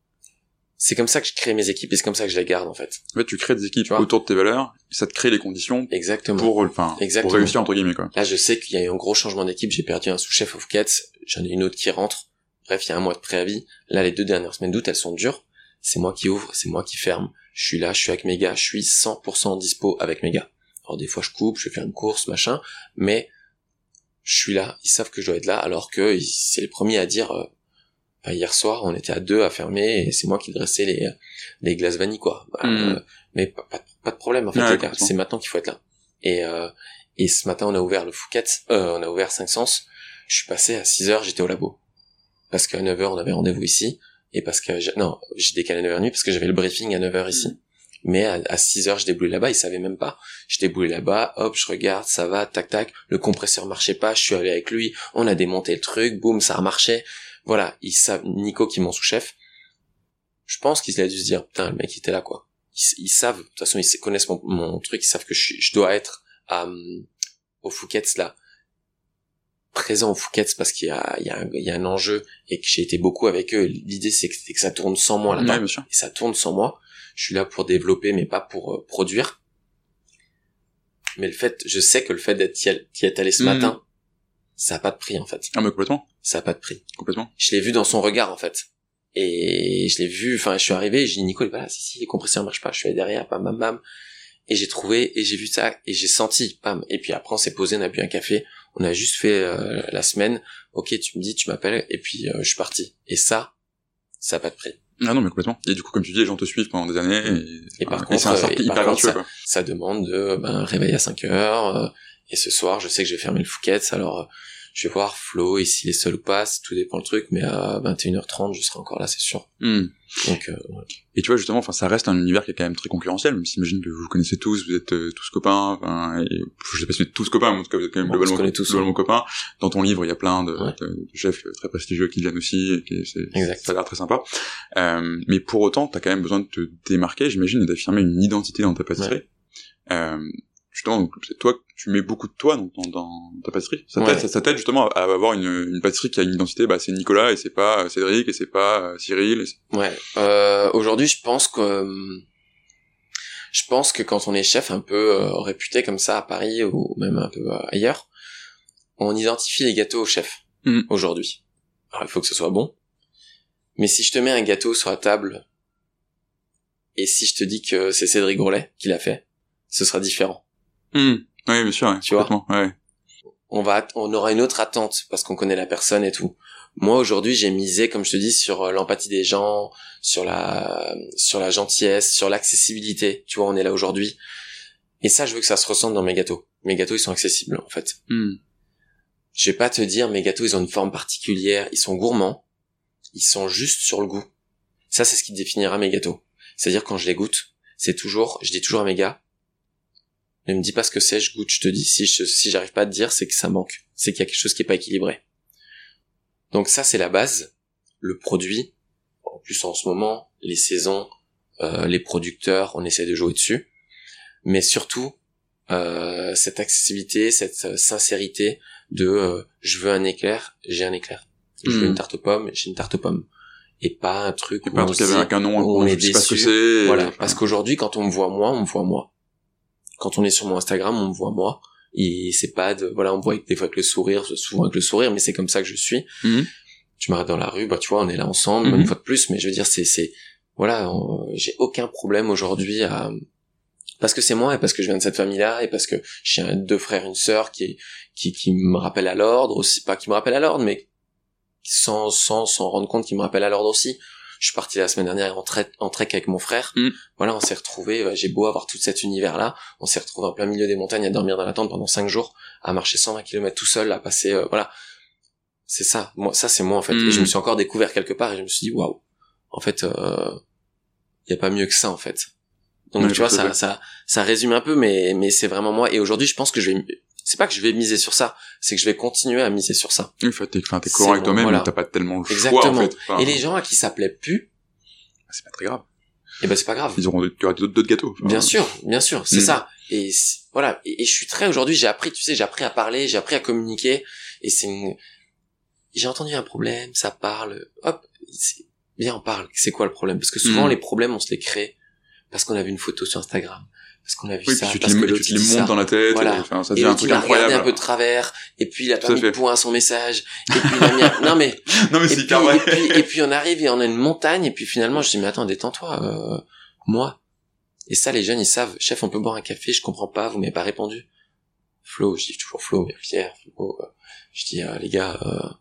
c'est comme ça que je crée mes équipes et c'est comme ça que je les garde en fait. En fait, tu crées des équipes autour de tes valeurs et ça te crée les conditions Exactement. pour, enfin, pour réussir entre guillemets quoi. Là, je sais qu'il y a eu un gros changement d'équipe. J'ai perdu un sous-chef au Phuket, j'en ai une autre qui rentre. Bref, il y a un mois de préavis. Là, les deux dernières semaines d'août, elles sont dures. C'est moi qui ouvre, c'est moi qui ferme. Je suis là, je suis avec mes gars, je suis cent pour cent dispo avec mes gars. Alors des fois, je coupe, je vais faire une course, machin, mais je suis là. Ils savent que je dois être là, alors que c'est les premiers à dire. Euh, Enfin, hier soir, on était à deux à fermer et c'est moi qui dressais les les glaces vanille quoi. Bah, mmh. euh, mais pas, pas, pas de problème en fait ouais, les gars, c'est maintenant qu'il faut être là. Et euh, et ce matin on a ouvert le Phuket, euh, on a ouvert cinq sens. Je suis passé à six heures, j'étais au labo parce qu'à neuf heures on avait rendez-vous ici et parce que j'ai, non, j'ai décalé à neuf heures nuit parce que j'avais le briefing à neuf heures ici. Mmh. Mais à, à six heures, je déboulais là-bas, ils savaient même pas. Je déboulais là-bas, hop, je regarde, ça va, tac tac, le compresseur marchait pas, je suis allé avec lui, on a démonté le truc, boum, ça remarchait. Voilà, ils savent, Nico qui est mon sous-chef, je pense qu'il a dû se dire, putain, le mec il était là quoi. Ils, ils savent, de toute façon ils connaissent mon, mon truc, ils savent que je, suis, je dois être à, au Phuket là, présent au Phuket parce qu'il y a, il y a, un, il y a un enjeu et que j'ai été beaucoup avec eux. L'idée c'est que, c'est que ça tourne sans moi là-bas, ouais, bien sûr. Et ça tourne sans moi. Je suis là pour développer, mais pas pour euh, produire. Mais le fait, je sais que le fait d'être y, y être allé ce mmh. matin, ça a pas de prix en fait. Ah mais complètement. Ça a pas de prix. Complètement. Je l'ai vu dans son regard en fait. Et je l'ai vu, enfin je suis arrivé et j'ai dit Nico, voilà, si si les compresseurs marchent pas, je suis allé derrière, bam bam bam. Et j'ai trouvé et j'ai vu ça et j'ai senti, bam. Et puis après on s'est posé, on a bu un café, on a juste fait euh, la semaine. Ok, tu me dis, tu m'appelles et puis euh, je suis parti. Et ça, ça a pas de prix. Ah non mais complètement. Et du coup comme tu dis, les gens te suivent pendant des années. Et, et par euh, contre, et c'est un cercle hyper vertueux ça, quoi. Ça demande de ben réveil à cinq heures. Euh, et ce soir, je sais que je vais fermer le Phuket, alors. Euh, je vais voir Flo et s'il est seul ou pas, tout dépend le truc, mais à vingt et une heures trente, je serai encore là, c'est sûr. Mm. Donc, euh, ouais. Et tu vois, justement, enfin, ça reste un univers qui est quand même très concurrentiel, même si j'imagine que vous vous connaissez tous, vous êtes euh, tous copains, enfin, et, je sais pas si vous êtes tous copains, mais en tout cas, vous êtes quand même bon, globalement, on tous, globalement ouais. copains. Dans ton livre, il y a plein de, ouais. de, de chefs très prestigieux qui viennent aussi, et qui, c'est, ça a l'air très sympa. Euh, mais pour autant, t'as quand même besoin de te démarquer, j'imagine, et d'affirmer une identité dans ta pâtisserie. Ouais. Euh, justement, donc, c'est toi, tu mets beaucoup de toi dans, dans, dans ta pâtisserie. Ça t'aide, ouais. ça, ça t'aide justement à avoir une, une pâtisserie qui a une identité, bah, c'est Nicolas, et c'est pas Cédric, et c'est pas Cyril. Et c'est... Ouais. Euh, aujourd'hui, je pense que, je pense que quand on est chef un peu euh, réputé comme ça à Paris, ou même un peu euh, ailleurs, on identifie les gâteaux au chef, mmh. aujourd'hui. Alors, il faut que ce soit bon. Mais si je te mets un gâteau sur la table, et si je te dis que c'est Cédric Grolet qui l'a fait, ce sera différent. Mmh. Oui, bien sûr, ouais, tu vois. Ouais. On va, on aura une autre attente parce qu'on connaît la personne et tout. Moi aujourd'hui, j'ai misé, comme je te dis, sur l'empathie des gens, sur la, sur la gentillesse, sur l'accessibilité. Tu vois, on est là aujourd'hui. Et ça, je veux que ça se ressente dans mes gâteaux. Mes gâteaux, ils sont accessibles, en fait. Mm. Je vais pas te dire, mes gâteaux, ils ont une forme particulière. Ils sont gourmands. Ils sont juste sur le goût. Ça, c'est ce qui définira mes gâteaux. C'est-à-dire, quand je les goûte, c'est toujours, je dis toujours à mes gars, ne me dis pas ce que c'est, je goûte, je te dis. Si je, si j'arrive pas à te dire, c'est que ça manque. C'est qu'il y a quelque chose qui est pas équilibré. Donc ça, c'est la base. Le produit. En plus, en ce moment, les saisons, euh, les producteurs, on essaie de jouer dessus. Mais surtout, euh, cette accessibilité, cette euh, sincérité de, euh, je veux un éclair, j'ai un éclair. Je mmh. veux une tarte aux pommes, j'ai une tarte aux pommes. Et pas un truc où, pas un truc avec un canon, où on est je déçu. Sais pas ce que c'est. Voilà. Enfin... Parce qu'aujourd'hui, quand on me voit moi, on me voit moi. Quand on est sur mon Instagram, on me voit moi. Et c'est pas de, voilà, on me voit avec, des fois avec le sourire, souvent avec le sourire, mais c'est comme ça que je suis. Mmh. Tu m'arrêtes dans la rue, bah, tu vois, on est là ensemble, mmh. une fois de plus, mais je veux dire, c'est, c'est, voilà, on, j'ai aucun problème aujourd'hui à parce que c'est moi et parce que je viens de cette famille-là et parce que j'ai un, deux frères, une sœur qui qui qui me rappellent à l'ordre aussi, pas qui me rappellent à l'ordre, mais sans sans s'en rendre compte qu'ils me rappellent à l'ordre aussi. Je suis parti la semaine dernière en trek, en trek avec mon frère. Mm. Voilà, on s'est retrouvés, j'ai beau avoir tout cet univers-là, on s'est retrouvés en plein milieu des montagnes à dormir dans la tente pendant cinq jours, à marcher cent vingt kilomètres tout seul, à passer, euh, voilà. C'est ça, moi, ça c'est moi en fait. Mm. Et je me suis encore découvert quelque part et je me suis dit, waouh, en fait, euh, y a pas mieux que ça en fait. Donc oui, tu vois, ça, ça, ça résume un peu, mais, mais c'est vraiment moi. Et aujourd'hui, je pense que je vais, c'est pas que je vais miser sur ça, c'est que je vais continuer à miser sur ça. Oui, t'es, enfin, t'es courant avec toi-même, voilà. Mais t'as pas tellement le Exactement. choix, en fait. Enfin, et les gens à qui ça plaît plus, c'est pas très grave. Et ben, c'est pas grave. Ils auront d'autres, d'autres gâteaux. Enfin, bien sûr, bien sûr, c'est mmh. ça. Et voilà. Et, et je suis très, aujourd'hui, j'ai appris, tu sais, j'ai appris à parler, j'ai appris à communiquer, et c'est une, j'ai entendu un problème, ça parle, hop, c'est... viens, on parle. C'est quoi le problème? Parce que souvent, mmh. les problèmes, on se les crée parce qu'on a vu une photo sur Instagram, parce qu'on a vu oui, ça, puis tu parce te que les, l'autre tu te les montes dans la tête, voilà. et, enfin, ça et devient un truc incroyable. Il a regardé un peu de travers, et puis il a pas mis de point à son message, et puis il a mis un... non mais, non mais c'est puis, hyper vrai. Et puis, et puis on arrive et on a une montagne, et puis finalement je dis mais attends, détends-toi, euh, moi. Et ça les jeunes ils savent, chef on peut boire un café, je comprends pas, vous m'avez pas répondu. Flo, je dis toujours Flo, mais Pierre, Flo, euh, je dis euh, les gars, euh,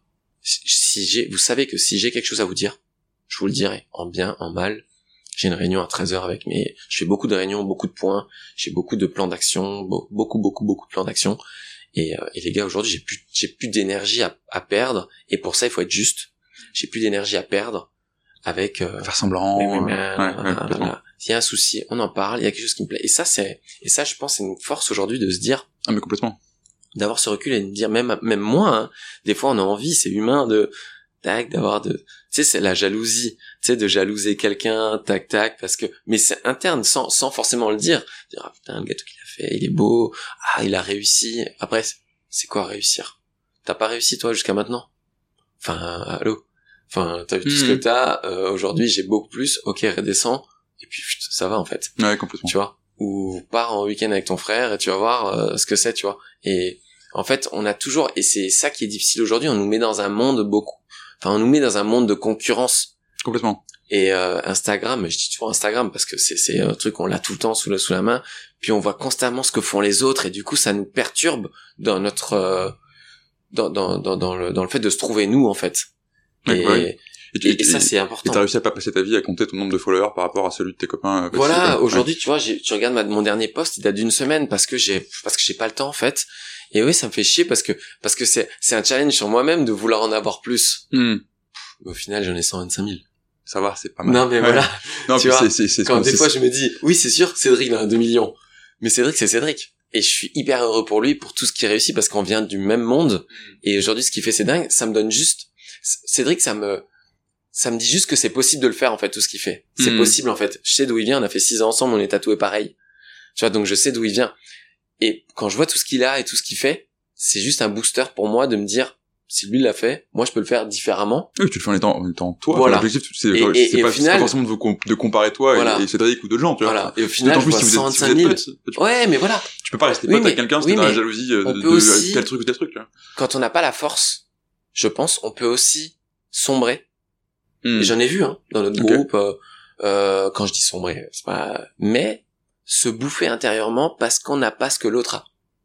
si j'ai, vous savez que si j'ai quelque chose à vous dire, je vous le dirai, en bien, en mal. J'ai une réunion à treize heures avec mes, je fais beaucoup de réunions, beaucoup de points, j'ai beaucoup de plans d'action, beaucoup, beaucoup, beaucoup de plans d'action. Et, euh, et les gars, aujourd'hui, j'ai plus, j'ai plus d'énergie à, à perdre. Et pour ça, il faut être juste. J'ai plus d'énergie à perdre avec, euh, faire semblant. Mais, mais, mais, ouais, ouais, voilà. S'il y a un souci, on en parle, il y a quelque chose qui me plaît. Et ça, c'est, et ça, je pense, c'est une force aujourd'hui de se dire. Ah, mais complètement. D'avoir ce recul et de dire, même, même moi, hein, des fois, on a envie, c'est humain de, tac, d'avoir de, tu sais, c'est la jalousie, tu sais, de jalouser quelqu'un, tac, tac, parce que, mais c'est interne, sans, sans forcément le dire. Dire, ah putain, le gâteau qu'il a fait, il est beau, ah, il a réussi. Après, c'est quoi réussir? T'as pas réussi, toi, jusqu'à maintenant? Enfin, allô? Enfin, t'as vu tout mmh. ce que t'as, euh, aujourd'hui, j'ai beaucoup plus, ok, redescends, et puis, pff, ça va, en fait. Ouais, complètement. Tu vois? Ou pars en week-end avec ton frère, et tu vas voir, euh, ce que c'est, tu vois. Et, en fait, on a toujours, et c'est ça qui est difficile aujourd'hui, on nous met dans un monde beaucoup, enfin, on nous met dans un monde de concurrence. Complètement. Et euh, Instagram, je dis toujours Instagram parce que c'est c'est un truc on l'a tout le temps sous la sous la main. Puis on voit constamment ce que font les autres et du coup ça nous perturbe dans notre euh, dans dans dans dans le dans le fait de se trouver nous en fait. Ouais, et, ouais. Et, tu, et, et ça c'est important. Et t'as réussi à pas passer ta vie à compter ton nombre de followers par rapport à celui de tes copains. Voilà, aujourd'hui ouais. tu vois, j'ai, tu regardes ma, mon dernier post, il date d'une semaine parce que j'ai parce que j'ai pas le temps en fait. Et oui, ça me fait chier parce que parce que c'est c'est un challenge sur moi-même de vouloir en avoir plus. Mm. Au final, j'en ai cent vingt-cinq mille. Ça va, c'est pas mal. Non, mais ouais. voilà. Non, tu puis vois, c'est, c'est, c'est, quand c'est, des fois je me dis, oui, c'est sûr, Cédric, il a un deux millions. Mais Cédric, c'est Cédric. Et je suis hyper heureux pour lui, pour tout ce qu'il réussit, parce qu'on vient du même monde. Et aujourd'hui, ce qu'il fait, c'est dingue. Ça me donne juste, Cédric, ça me, ça me dit juste que c'est possible de le faire, en fait, tout ce qu'il fait. C'est mmh. possible, en fait. Je sais d'où il vient. On a fait six ans ensemble, on est tatoués pareil. Tu vois, donc je sais d'où il vient. Et quand je vois tout ce qu'il a et tout ce qu'il fait, c'est juste un booster pour moi de me dire, si lui l'a fait, moi je peux le faire différemment. Oui, tu le fais en étant, en étant toi. Voilà. Enfin, l'objectif, c'est, et, c'est, et pas, final, c'est pas forcément de, vous, de comparer toi voilà. et, et Cédric ou d'autres gens, tu vois. Voilà. Et au final, je vois cent vingt-cinq mille. Ouais, mais voilà. Tu peux pas rester pote oui, mais, avec quelqu'un si oui, t'es dans la jalousie de, de, aussi, de tel truc ou tel truc, tu vois. Quand on n'a pas la force, je pense, on peut aussi sombrer. Mm. Et j'en ai vu, hein, dans notre okay. groupe, euh, euh, quand je dis sombrer, c'est pas, mais se bouffer intérieurement parce qu'on n'a pas ce que l'autre a.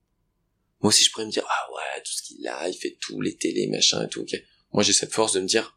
Moi aussi, je pourrais me dire, ah ouais, tout ce qu'il a, il fait tout, les télés, machin et tout, ok. Moi, j'ai cette force de me dire,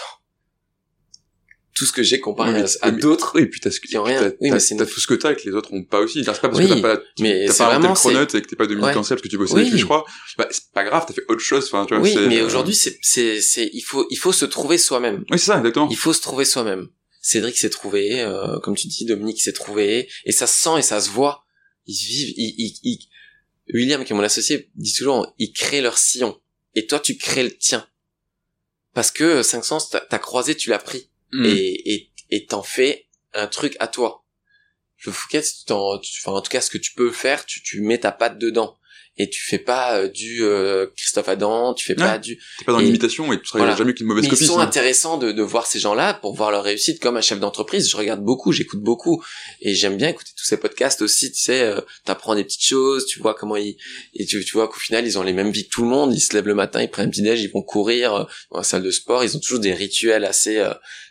tout ce que j'ai comparé oui, à, à mais, d'autres, oui, et puis t'as ce que, t'as, rien. T'as, oui, t'as, mais c'est t'as une... tout ce que t'as et que les autres ont pas aussi. C'est pas parce oui, que t'as pas, mais t'as c'est pas vraiment, un tel chronote et que t'es pas Dominique Ancel ouais. parce que tu bossais oui. avec lui, je crois. Bah, c'est pas grave, t'as fait autre chose, enfin, tu vois. Oui, c'est, mais euh... aujourd'hui, c'est, c'est, c'est, il faut, il faut se trouver soi-même. Oui, c'est ça, exactement. Il faut se trouver soi-même. Cédric s'est trouvé, euh, comme tu dis, Dominique s'est trouvé, et ça se sent et ça se voit. Ils vivent, ils, ils, ils... William, qui est mon associé, dit toujours, ils créent leur sillon. Et toi, tu crées le tien. Parce que cinq cents, t'as, t'as croisé, tu l'as pris. Mm. Et, et, et t'en fais un truc à toi. Le Phuket, t'en, tu, enfin, en tout cas, ce que tu peux faire, tu, tu mets ta patte dedans. Et tu fais pas euh, du euh, Christophe Adam, tu fais ouais, pas du... T'es pas dans et, l'imitation et tu seras voilà. jamais qu'une mauvaise mais copie. Ils sont ça. intéressants de, de voir ces gens-là pour voir leur réussite comme un chef d'entreprise. Je regarde beaucoup, j'écoute beaucoup. Et j'aime bien écouter tous ces podcasts aussi, tu sais, euh, t'apprends des petites choses, tu vois comment ils... Et tu, tu vois qu'au final, ils ont les mêmes vies que tout le monde. Ils se lèvent le matin, ils prennent un petit déj, ils vont courir, euh, dans la salle de sport. Ils ont toujours des rituels assez... Euh,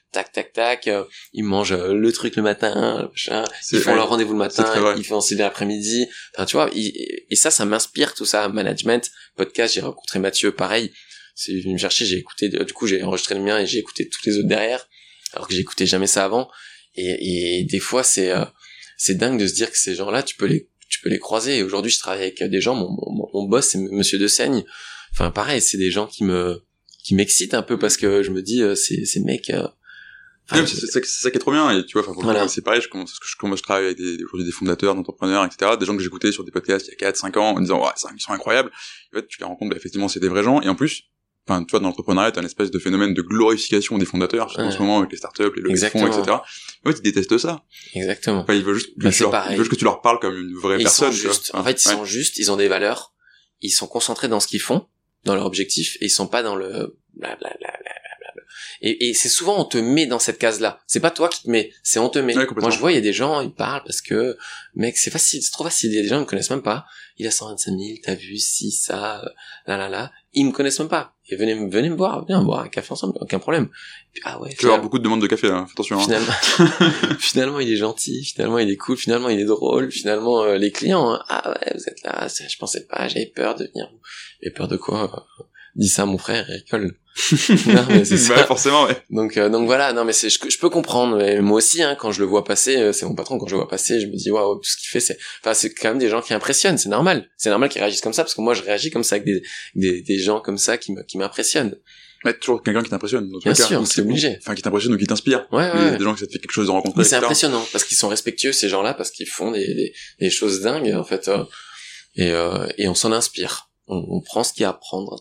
tac tac tac, euh, ils mangent euh, le truc le matin, le machin, ils font ouais, leur rendez-vous le matin, ils font aussi l'après-midi. Enfin, tu vois, et, et ça, ça m'inspire tout ça. Management, podcast, j'ai rencontré Mathieu, pareil. C'est venu me chercher, j'ai écouté, du coup, j'ai enregistré le mien et j'ai écouté tous les autres derrière, alors que j'écoutais jamais ça avant. Et, et des fois, c'est, euh, c'est dingue de se dire que ces gens-là, tu peux les, tu peux les croiser. Et aujourd'hui, je travaille avec des gens, mon, mon, mon boss, c'est Monsieur De Seigne. Enfin, pareil, c'est des gens qui me, qui m'excitent un peu parce que je me dis, euh, c'est, ces mecs, euh, Enfin, ouais, c'est, c'est, c'est, c'est ça qui est trop bien, et tu vois, enfin, voilà. moi, c'est pareil, je commence, je, je, je travaille avec des, aujourd'hui des fondateurs, d'entrepreneurs, et cetera, des gens que j'écoutais sur des podcasts il y a quatre, cinq ans, en disant, ouais, ils sont incroyables. Et en fait, tu les rencontres, bah, effectivement, c'est des vrais gens, et en plus, enfin, tu vois, dans l'entrepreneuriat, t'as une espèce de phénomène de glorification des fondateurs, surtout ouais. en ce moment, avec les startups, les levées de fonds, et cetera. En fait, ils détestent ça. Exactement. Enfin, ils veulent juste, bah, que, tu leur, ils veulent que tu leur parles comme une vraie et personne. Ils sont justes. En ouais. fait, ils ouais. sont justes, ils ont des valeurs, ils sont concentrés dans ce qu'ils font, dans leur objectif, et ils sont pas dans le blablabla. Et, et c'est souvent on te met dans cette case-là. C'est pas toi qui te mets, c'est on te met. Ouais, moi je vois il y a des gens, ils parlent parce que mec c'est facile, c'est trop facile. Il y a des gens qui me connaissent même pas. Il a cent vingt-cinq mille, t'as vu si ça, euh, là là là. Ils me connaissent même pas. Et venez venez me voir, viens boire un café ensemble, aucun problème. Puis, ah ouais. Tu vas avoir beaucoup de demandes de café là, attention. Hein. Finalement, finalement il est gentil, finalement il est cool, finalement il est drôle, finalement euh, les clients, hein, ah ouais vous êtes là, je pensais pas, j'avais peur de venir. J'avais peur de quoi? Dis ça à mon frère, il rigole. Non, mais c'est ça. Bah, forcément, ouais. Donc, euh, donc voilà, non, mais c'est, je, je peux comprendre. Mais moi aussi, hein, quand je le vois passer, c'est mon patron, quand je le vois passer, je me dis, waouh, tout ce qu'il fait, c'est, enfin, c'est quand même des gens qui impressionnent, c'est normal. C'est normal qu'ils réagissent comme ça, parce que moi, je réagis comme ça avec des, des, des gens comme ça qui me, qui m'impressionnent. Ouais, toujours quelqu'un qui t'impressionne. Bien cas, sûr, c'est obligé. Enfin, qui t'impressionne ou qui t'inspire. Ouais, ouais. Il y a des gens que ça te fait quelque chose de rencontrer. Mais c'est impressionnant, parce qu'ils sont respectueux, ces gens-là, parce qu'ils font des, des, des choses dingues, en fait, euh, et, euh, et on s'en inspire. On, on prend ce qu'il y a à prendre.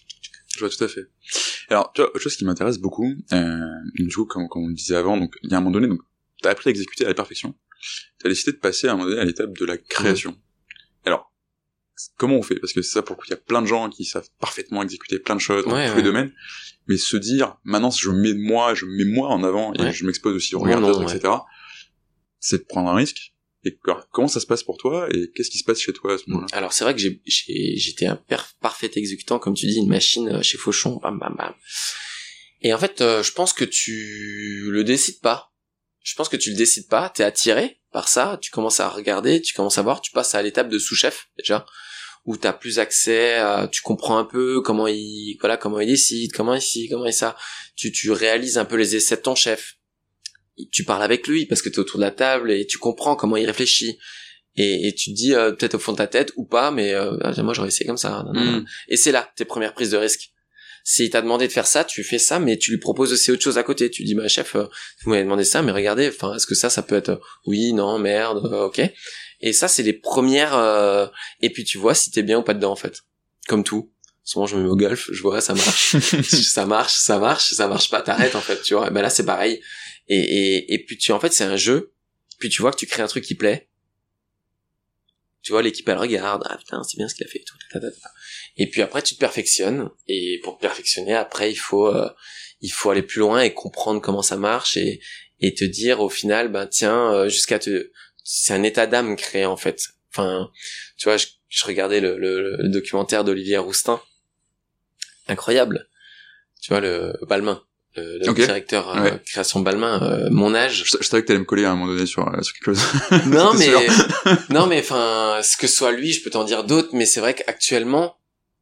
Je vois tout à fait. Alors, tu vois, autre chose qui m'intéresse beaucoup, euh, du coup, comme, comme on le disait avant, donc, il y a un moment donné, donc, t'as appris à exécuter à la perfection. T'as décidé de passer à un moment donné à l'étape de la création. Mmh. Alors, comment on fait? Parce que c'est ça, pour le coup, il y a plein de gens qui savent parfaitement exécuter plein de choses dans ouais, tous ouais. les domaines. Mais se dire, maintenant, je mets moi, je mets moi en avant, et ouais. je m'expose aussi au regard d'autres, ouais. et cetera. C'est de prendre un risque. Et comment ça se passe pour toi et qu'est-ce qui se passe chez toi à ce moment-là? Alors c'est vrai que j'ai, j'ai j'étais un per- parfait exécutant, comme tu dis, une machine chez Fauchon, bam bam bam. Et en fait, euh, je pense que tu le décides pas. Je pense que tu le décides pas. T'es attiré par ça. Tu commences à regarder, tu commences à voir. Tu passes à l'étape de sous-chef déjà, où t'as plus accès. À, tu comprends un peu comment il, voilà, comment il décide, comment ici, comment il ça. Tu tu réalises un peu les essais de ton chef. Tu parles avec lui parce que t'es autour de la table et tu comprends comment il réfléchit et, et tu te dis euh, peut-être au fond de ta tête ou pas, mais euh, ah, moi j'aurais essayé comme ça. Non, non, non. Mm. Et c'est là tes premières prises de risque. S'il t'a demandé de faire ça, tu fais ça, mais tu lui proposes aussi autre chose à côté. Tu dis bah chef, euh, vous m'avez demandé ça, mais regardez, enfin est-ce que ça, ça peut être euh, oui, non, merde, euh, ok. Et ça c'est les premières. Euh... Et puis tu vois si t'es bien ou pas dedans en fait. Comme tout. Souvent je me mets au golf, je vois ça marche, ça marche, ça marche, ça marche pas, t'arrêtes en fait, tu vois. Et ben là c'est pareil. Et, et, et puis tu, en fait, c'est un jeu. Puis tu vois que tu crées un truc qui plaît. Tu vois, l'équipe, elle regarde. Ah, putain, c'est bien ce qu'il a fait et tout. Ta, ta, ta. Et puis après, tu te perfectionnes. Et pour te perfectionner, après, il faut, euh, il faut aller plus loin et comprendre comment ça marche et, et te dire au final, ben, tiens, euh, jusqu'à te, c'est un état d'âme créé, en fait. Enfin, tu vois, je, je regardais le, le, le documentaire d'Olivier Roustin. Incroyable. Tu vois, le Balmain. Le, le okay. directeur euh, ouais. création Balmain, euh, mon âge. Je, je savais que t'allais me coller à un moment donné sur, euh, sur quelque chose. Non mais non mais enfin, ce que soit lui, je peux t'en dire d'autres, mais c'est vrai qu'actuellement,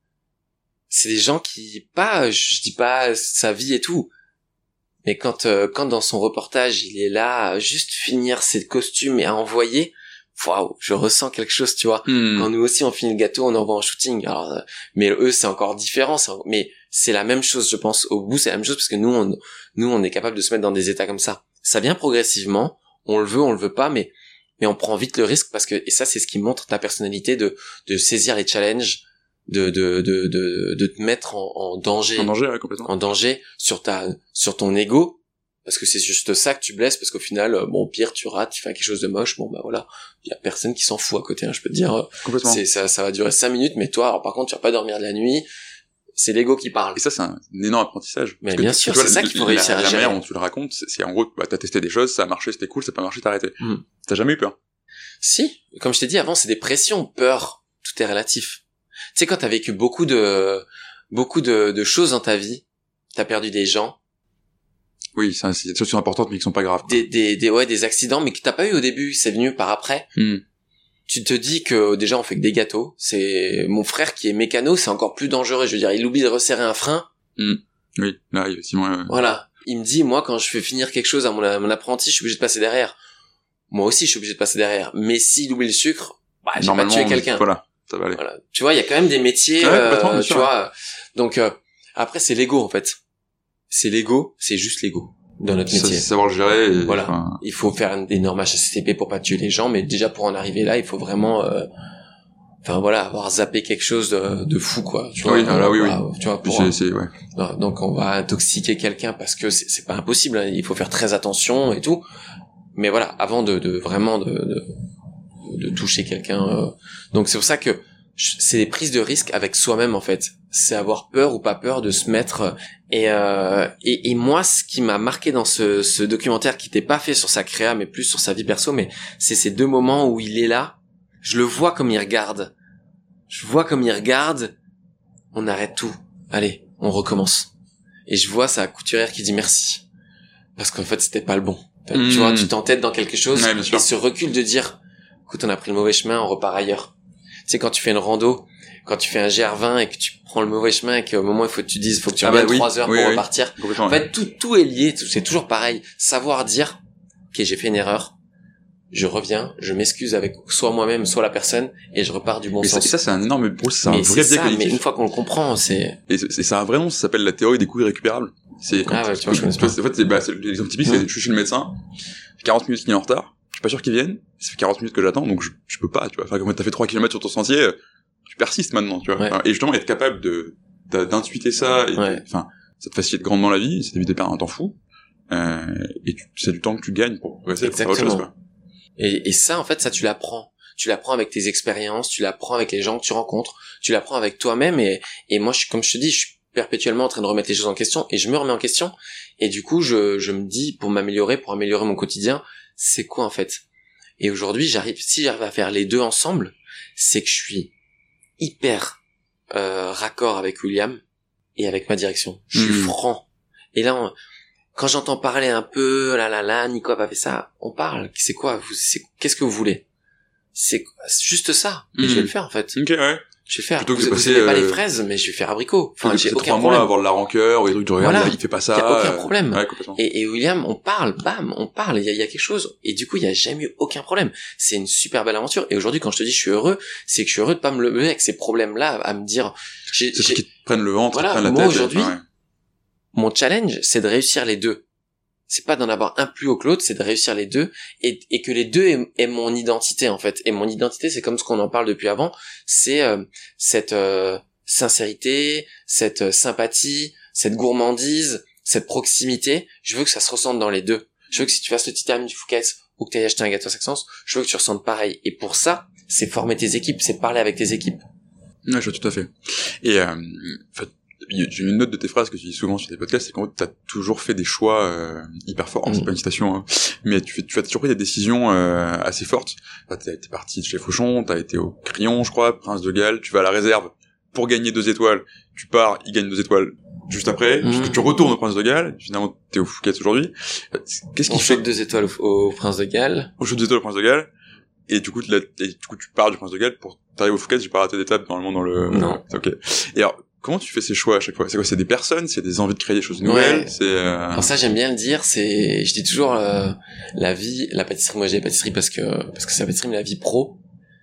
c'est des gens qui pas, je dis pas sa vie et tout, mais quand euh, quand dans son reportage, il est là à juste finir ses costumes et à envoyer. Waouh, je ressens quelque chose, tu vois. Mm. Quand nous aussi on finit le gâteau, on envoie en shooting. Alors, euh, mais eux c'est encore différent. C'est en... Mais c'est la même chose, je pense. Au bout, c'est la même chose parce que nous, on, nous, on est capable de se mettre dans des états comme ça. Ça vient progressivement. On le veut, on le veut pas, mais mais on prend vite le risque parce que et ça, c'est ce qui montre ta personnalité de de saisir les challenges, de de de de, de te mettre en, en danger, en danger, ouais, complètement, en danger sur ta sur ton ego. Parce que c'est juste ça que tu blesses, parce qu'au final, bon, pire, tu rates, tu fais quelque chose de moche, bon, bah voilà, il y a personne qui s'en fout à côté, hein, je peux te dire. Complètement. C'est, ça, ça va durer cinq minutes, mais toi, alors par contre, tu vas pas dormir de la nuit, c'est l'ego qui parle. Et ça, c'est un, un énorme apprentissage. Mais bien sûr, c'est ça qu'il faut réussir à gérer. La manière dont tu le racontes, c'est, c'est en gros, bah, t'as testé des choses, ça a marché, c'était cool, ça a pas marché, t'as arrêté. Mm. T'as jamais eu peur? Si, comme je t'ai dit avant, c'est des pressions, peur, tout est relatif. Tu sais, quand t'as vécu beaucoup de, beaucoup de, de choses dans ta vie, t'as perdu des gens, Oui, ça, c'est des choses importantes mais qui sont pas graves. Quoi. Des, des, des, ouais, des accidents, mais que t'as pas eu au début, c'est venu par après. Mm. Tu te dis que déjà on fait que des gâteaux. C'est mon frère qui est mécano, c'est encore plus dangereux. Je veux dire, il oublie de resserrer un frein. Mm. Oui, là, effectivement. Euh... Voilà. Il me dit, moi, quand je fais finir quelque chose à mon, à mon apprenti, je suis obligé de passer derrière. Moi aussi, je suis obligé de passer derrière. Mais s'il oublie le sucre, bah, j'ai pas tué quelqu'un. Voilà, ça va aller. Voilà. Tu vois, il y a quand même des métiers, ouais, euh, tu vois. Donc euh, après, c'est l'ego en fait. C'est l'ego, c'est juste l'ego dans notre métier. Ça, savoir le gérer. Et, voilà. Enfin... Il faut faire des normes H A C C P pour pas tuer les gens, mais déjà pour en arriver là, il faut vraiment, euh, enfin voilà, avoir zappé quelque chose de, de fou quoi. Tu vois. Oui, ah, là, oui, bah, oui. Tu vois. Pour, c'est, c'est, ouais. non, donc on va intoxiquer quelqu'un parce que c'est, c'est pas impossible. Hein. Il faut faire très attention et tout. Mais voilà, avant de, de vraiment de, de, de toucher quelqu'un. Euh... Donc c'est pour ça que c'est des prises de risque avec soi-même en fait. C'est avoir peur ou pas peur de se mettre. Et euh, et, et moi, ce qui m'a marqué dans ce, ce documentaire qui n'était pas fait sur sa créa, mais plus sur sa vie perso, mais c'est ces deux moments où il est là. Je le vois comme il regarde. Je vois comme il regarde. On arrête tout. Allez, on recommence. Et je vois sa couturière qui dit merci parce qu'en fait c'était pas le bon. En fait, mmh. Tu vois, tu t'entêtes dans quelque chose ouais, et ce recul de dire, écoute, on a pris le mauvais chemin, on repart ailleurs. Tu sais, quand tu fais une rando, quand tu fais un G R vingt et que tu prends le mauvais chemin et qu'au moment il faut que tu dises, faut que tu reviennes ah bah, trois oui, heures oui, pour oui, repartir. Oui. En fait, tout, tout est lié, tout, c'est toujours pareil. Savoir dire, ok, j'ai fait une erreur, je reviens, je m'excuse avec soit moi-même, soit la personne, et je repars du bon et sens. Ça, et ça, c'est un énorme, c'est un mais vrai c'est biais collectif. Mais une fois qu'on le comprend, c'est... Et c'est, ça a vraiment, ça s'appelle la théorie des coûts irrécupérables. C'est quand ah ouais, tu vois, je connais pas. En fait, c'est, bah, c'est, l'exemple typique, mmh. c'est, je suis chez le médecin, j'ai quarante minutes qu'il est en retard, je suis pas sûr qu'il vienne, ça fait quarante minutes que j'attends, donc je, je peux pas, tu vois. Enfin, comme t'as fait trois kilomètres sur ton sentier, tu persistes maintenant, tu vois. Ouais. Enfin, et justement, être capable de, d'intuiter ça, et ouais. Enfin, ça te facilite grandement la vie, ça t'évite de perdre un temps fou, euh, et tu, c'est du temps que tu gagnes pour progresser, pour faire autre chose, quoi. Et, et ça, en fait, ça, tu l'apprends. Tu l'apprends avec tes expériences, tu l'apprends avec les gens que tu rencontres, tu l'apprends avec toi-même, et, et moi, je, comme je te dis, je suis perpétuellement en train de remettre les choses en question, et je me remets en question, et du coup, je, je me dis, pour m'améliorer, pour améliorer mon quotidien, c'est quoi, en fait? Et aujourd'hui, j'arrive, si j'arrive à faire les deux ensemble, c'est que je suis hyper, euh, raccord avec William, et avec ma direction. Je suis mmh. franc. Et là, on, quand j'entends parler un peu, là, là, là, Nico a fait ça, on parle. C'est quoi, vous, c'est, qu'est-ce que vous voulez? C'est, c'est juste ça. Et mmh. je vais le faire, en fait. Ok, ouais. Je vais faire. Plutôt que vous, de vous passer, avez pas euh... les fraises, mais je vais faire abricot. Enfin, j'ai aucun trois problème. mois avoir de la rancœur, ou des trucs, tu regardes, voilà. là, il fait pas ça. Il y a aucun problème. Ouais, complètement. Et, et William, on parle, bam, on parle, il y a, il y a quelque chose. Et du coup, il y a jamais eu aucun problème. C'est une super belle aventure. Et aujourd'hui, quand je te dis je suis heureux, c'est que je suis heureux de pas me lever avec ces problèmes-là, à me dire, j'ai, c'est j'ai... qu'ils te prennent le ventre, voilà, prennent la moi, tête. Aujourd'hui, ouais. mon challenge, c'est de réussir les deux. C'est pas d'en avoir un plus haut que l'autre, c'est de réussir les deux et, et que les deux aient, aient mon identité en fait. Et mon identité, c'est comme ce qu'on en parle depuis avant, c'est euh, cette euh, sincérité, cette euh, sympathie, cette gourmandise, cette proximité. Je veux que ça se ressente dans les deux. Je veux que si tu fasses le Titermin du Fouquet's ou que tu ailles acheter un gâteau à Saxens, je veux que tu ressentes pareil. Et pour ça, c'est former tes équipes, c'est parler avec tes équipes. Ouais, je vois tout à fait. Et euh, en fait, j'ai une note de tes phrases que tu dis souvent sur tes podcasts, c'est qu'en fait, t'as toujours fait des choix euh, hyper forts. Mmh. C'est pas une citation, hein, mais tu fais, tu as toujours pris des décisions euh, assez fortes. Enfin, t'as été parti de chez Fauchon, t'as été au Crillon, je crois, Prince de Galles, tu vas à la réserve pour gagner deux étoiles. Tu pars, il gagne deux étoiles juste après, mmh. puisque tu retournes au Prince de Galles. Finalement, t'es au Fouquet's aujourd'hui. Qu'est-ce qui On fait chope deux étoiles au, au Prince de Galles. On chope deux étoiles au Prince de Galles. Et du coup, tu, et du coup, tu pars du Prince de Galles pour t'arriver au Fouquet's. J'ai pas raté d'étape normalement dans le. Non. Ok. Et alors. Comment tu fais ces choix à chaque fois? C'est quoi? C'est des personnes? C'est des envies de créer des choses nouvelles? Ouais. C'est euh... Alors ça, j'aime bien le dire. C'est, je dis toujours, euh, la vie, la pâtisserie. Moi, j'ai la pâtisserie parce que parce que c'est la pâtisserie, mais la vie pro,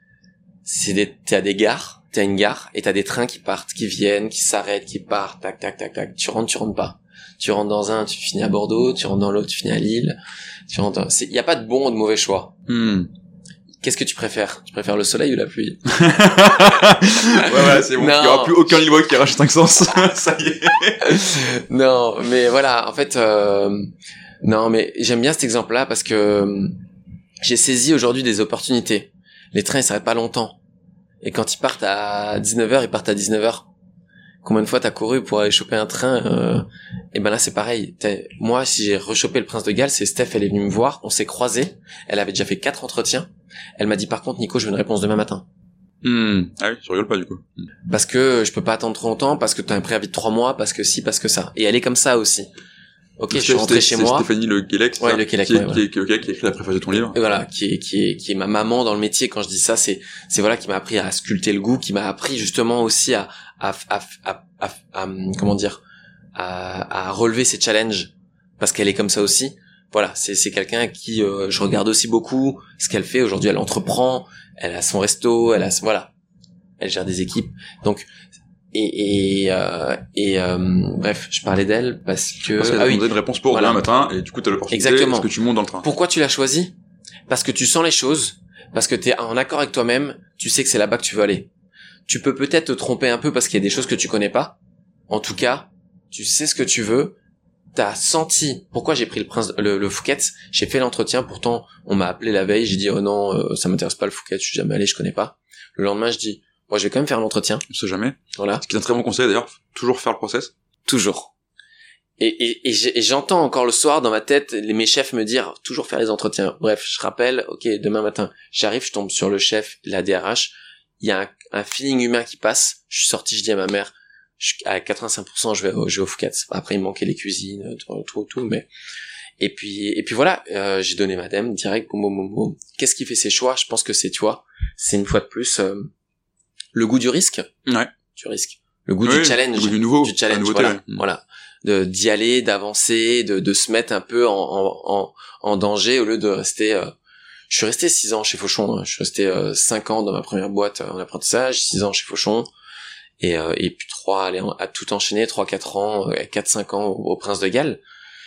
c'est des, t'es à des gares, t'es à une gare et t'as des trains qui partent, qui viennent, qui s'arrêtent, qui partent, tac, tac, tac, tac. Tu rentres, tu rentres pas. Tu rentres dans un, tu finis à Bordeaux. Tu rentres dans l'autre, tu finis à Lille. Tu rentres. Dans... Il y a pas de bon ou de mauvais choix. Hmm. Qu'est-ce que tu préfères? Tu préfères le soleil ou la pluie? Ouais, ouais, c'est bon. Non. Il y aura plus aucun Lillois qui rachète cinq cents. Ça y est. Non, mais voilà, en fait, euh, non, mais j'aime bien cet exemple-là parce que euh, j'ai saisi aujourd'hui des opportunités. Les trains, ils s'arrêtent pas longtemps. Et quand ils partent à dix-neuf heures, ils partent à dix-neuf heures. Combien de fois t'as couru pour aller choper un train? euh, Et ben là, c'est pareil. T'es... Moi, si j'ai rechopé le Prince de Galles, c'est Steph, elle est venue me voir, on s'est croisés. Elle avait déjà fait quatre entretiens. Elle m'a dit, par contre, Nico, je veux une réponse demain matin. Mmh. Ah oui, tu rigoles pas, du coup. Parce que je peux pas attendre trop longtemps, parce que t'as un préavis de trois mois, parce que si, parce que ça. Et elle est comme ça aussi. Ok, Donc, je suis rentré chez c'est moi. Stéphanie Le Guélec, ouais, Le Guélec, qui, est, ouais, qui, voilà. est, qui, est, qui, est, qui a écrit la préface de ton livre. Et voilà, qui est, qui est, qui est ma maman dans le métier. Quand je dis ça, c'est, c'est voilà, qui m'a appris à sculpter le goût, qui m'a appris justement aussi à, à, à, à, à, à comment dire, à, à relever ses challenges, parce qu'elle est comme ça aussi. Voilà, c'est, c'est quelqu'un qui, euh, je regarde aussi beaucoup ce qu'elle fait. Aujourd'hui, elle entreprend, elle a son resto, elle a, voilà, elle gère des équipes. Donc, et et euh, et euh, bref, je parlais d'elle parce que parce qu'elle ah a oui, demandé une réponse pour voilà. demain matin et du coup t'as l'opportunité. Exactement. Est-ce que tu montes dans le train? Pourquoi tu l'as choisi? Parce que tu sens les choses, parce que t'es en accord avec toi-même, tu sais que c'est là-bas que tu veux aller. Tu peux peut-être te tromper un peu parce qu'il y a des choses que tu connais pas. En tout cas, tu sais ce que tu veux. T'as senti pourquoi j'ai pris le prince le, le Phuket. J'ai fait l'entretien, pourtant on m'a appelé la veille, j'ai dit oh non, euh, ça m'intéresse pas le Phuket, je suis jamais allé, je connais pas. Le lendemain, je dis moi je vais quand même faire l'entretien. On sait jamais. Voilà. Ce qui est un très bon conseil d'ailleurs, toujours faire le process. Toujours. Et, et, et, j'ai, et j'entends encore le soir dans ma tête les, mes chefs me dire toujours faire les entretiens. Bref, je rappelle, ok, demain matin, j'arrive, je tombe sur le chef, la D R H, il y a un, un feeling humain qui passe. Je suis sorti, je dis à ma mère, je, à quatre-vingt-cinq pour cent, je vais, je vais au Phuket. Après, il me manquait les cuisines, tout, tout, tout mais et puis, et puis voilà, euh, j'ai donné ma dème direct, boum, boum, boum, boum. Qu'est-ce qui fait ses choix? Je pense que c'est, tu vois, c'est une fois de plus euh, le goût du risque. Ouais. Du risque. Le goût oui, du challenge. Le goût du nouveau. Du challenge, nouveauté, voilà. ouais. Voilà. De, d'y aller, d'avancer, de, de se mettre un peu en, en, en, en danger au lieu de rester, euh, je suis resté six ans chez Fauchon, hein. Je suis resté euh, cinq ans dans ma première boîte euh, en apprentissage, six ans chez Fauchon, et, euh, et puis trois, aller à tout enchaîner, trois, quatre ans, euh, quatre, cinq ans au, au Prince de Galles.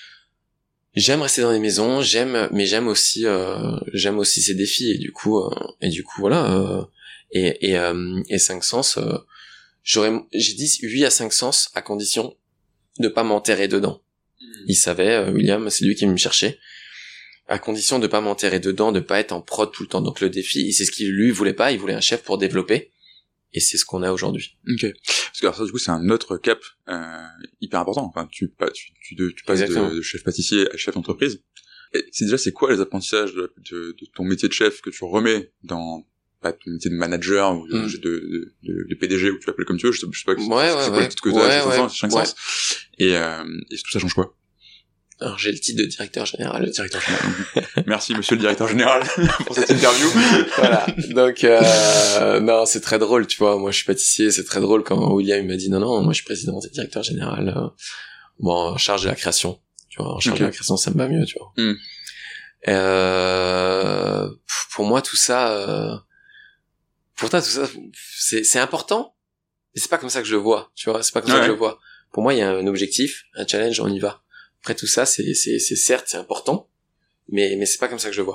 J'aime rester dans les maisons, j'aime, mais j'aime aussi, euh, j'aime aussi ces défis, et du coup, euh, et du coup, voilà, euh, et, et, euh, et cinq sens, euh, j'aurais, j'ai dit oui à cinq sens à condition de pas m'enterrer dedans. Mmh. Il savait, euh, William, c'est lui qui me cherchait, à condition de pas m'enterrer dedans, de pas être en prod tout le temps. Donc le défi, et c'est ce qu'il lui voulait pas, il voulait un chef pour développer, et c'est ce qu'on a aujourd'hui. Ok. Parce que alors ça, du coup, c'est un autre cap euh, hyper important. Enfin, tu tu tu, tu, tu passes de, de chef pâtissier à chef d'entreprise. Et c'est déjà, c'est quoi les apprentissages de, de, de ton métier de chef que tu remets dans pas ton métier de manager ou de, mm. de, de, de, de P D G ou tu l'appelles comme tu veux, je sais, je sais pas. Ouais, ouais, c'est ouais. quoi le titre que ouais, t'as, ouais, ouais, cinq sens. Et euh, et tout ça change quoi? Alors j'ai le titre de directeur général. Le directeur général. Merci monsieur le directeur général pour cette interview. Voilà. Donc euh, non, c'est très drôle, tu vois. Moi je suis pâtissier, c'est très drôle quand William m'a dit non non, moi je suis président et directeur général. Bon, en charge de la création, tu vois, en charge okay. de la création, ça me va mieux, tu vois. Mm. Euh, pour moi tout ça euh, pour toi tout ça c'est c'est important. Mais c'est pas comme ça que je le vois, tu vois, c'est pas comme ouais. ça que je le vois. Pour moi, il y a un objectif, un challenge, on y va. Après tout ça, c'est c'est c'est certes c'est important, mais mais c'est pas comme ça que je le vois.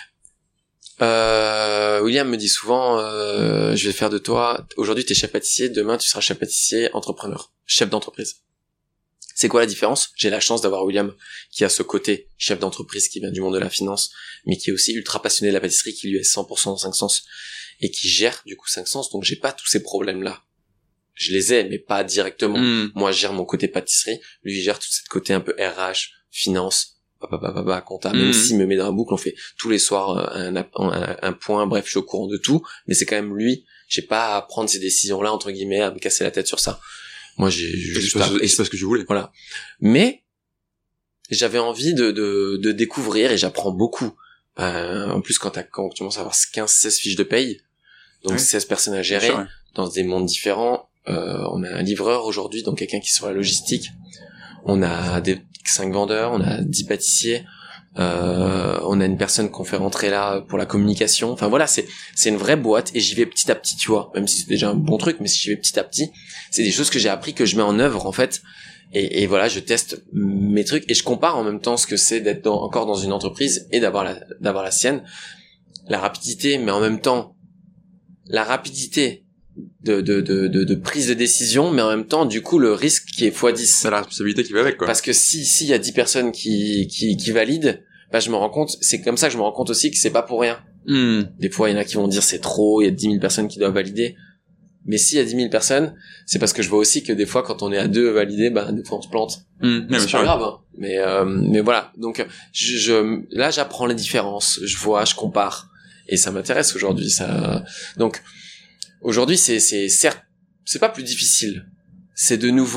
Euh, William me dit souvent, euh, je vais faire de toi. Aujourd'hui, t'es chef pâtissier, demain tu seras chef pâtissier, entrepreneur, chef d'entreprise. C'est quoi la différence? J'ai la chance d'avoir William qui a ce côté chef d'entreprise qui vient du monde de la finance, mais qui est aussi ultra passionné de la pâtisserie, qui lui est cent pour cent dans cinq sens et qui gère du coup cinq sens. Donc j'ai pas tous ces problèmes là. Je les ai, mais pas directement. Mm. Moi, je gère mon côté pâtisserie. Lui, il gère tout ce côté un peu R H, finance, papa, compta. Mm. Même s'il me met dans la boucle, on fait tous les soirs un, un, un point. Bref, je suis au courant de tout. Mais c'est quand même lui. J'ai pas à prendre ces décisions-là, entre guillemets, à me casser la tête sur ça. Moi, j'ai juste... C'est pas, c'est pas ce que je voulais. Voilà. Mais, j'avais envie de, de, de découvrir, et j'apprends beaucoup. Euh, en plus, quand, t'as, quand tu commences à avoir quinze seize fiches de paye, donc ouais. seize personnes à gérer, sûr, ouais. dans des mondes différents, Euh, on a un livreur aujourd'hui, donc quelqu'un qui est sur la logistique. On a des cinq vendeurs, on a dix pâtissiers. Euh, on a une personne qu'on fait rentrer là pour la communication. Enfin voilà, c'est c'est une vraie boîte et j'y vais petit à petit, tu vois. Même si c'est déjà un bon truc, mais si j'y vais petit à petit, c'est des choses que j'ai appris que je mets en œuvre en fait. Et, et voilà, je teste mes trucs et je compare en même temps ce que c'est d'être dans, encore dans une entreprise et d'avoir la d'avoir la sienne. La rapidité, mais en même temps la rapidité. De, de, de, de, de prise de décision, mais en même temps, du coup, le risque qui est fois dix. C'est la responsabilité qui va avec, quoi. Parce que si, s'il y a dix personnes qui, qui, qui valident, bah, je me rends compte, c'est comme ça que je me rends compte aussi que c'est pas pour rien. Mm. Des fois, il y en a qui vont dire c'est trop, il y a dix mille personnes qui doivent valider. Mais s'il y a dix mille personnes, c'est parce que je vois aussi que des fois, quand on est à deux validés, bah, des fois, on se plante. Mm. C'est mais pas grave, hein. Mais, euh, mais voilà. Donc, je, je, là, j'apprends les différences. Je vois, je compare. Et ça m'intéresse aujourd'hui, ça, donc, aujourd'hui, c'est, c'est, certes, c'est pas plus difficile. C'est de nouveau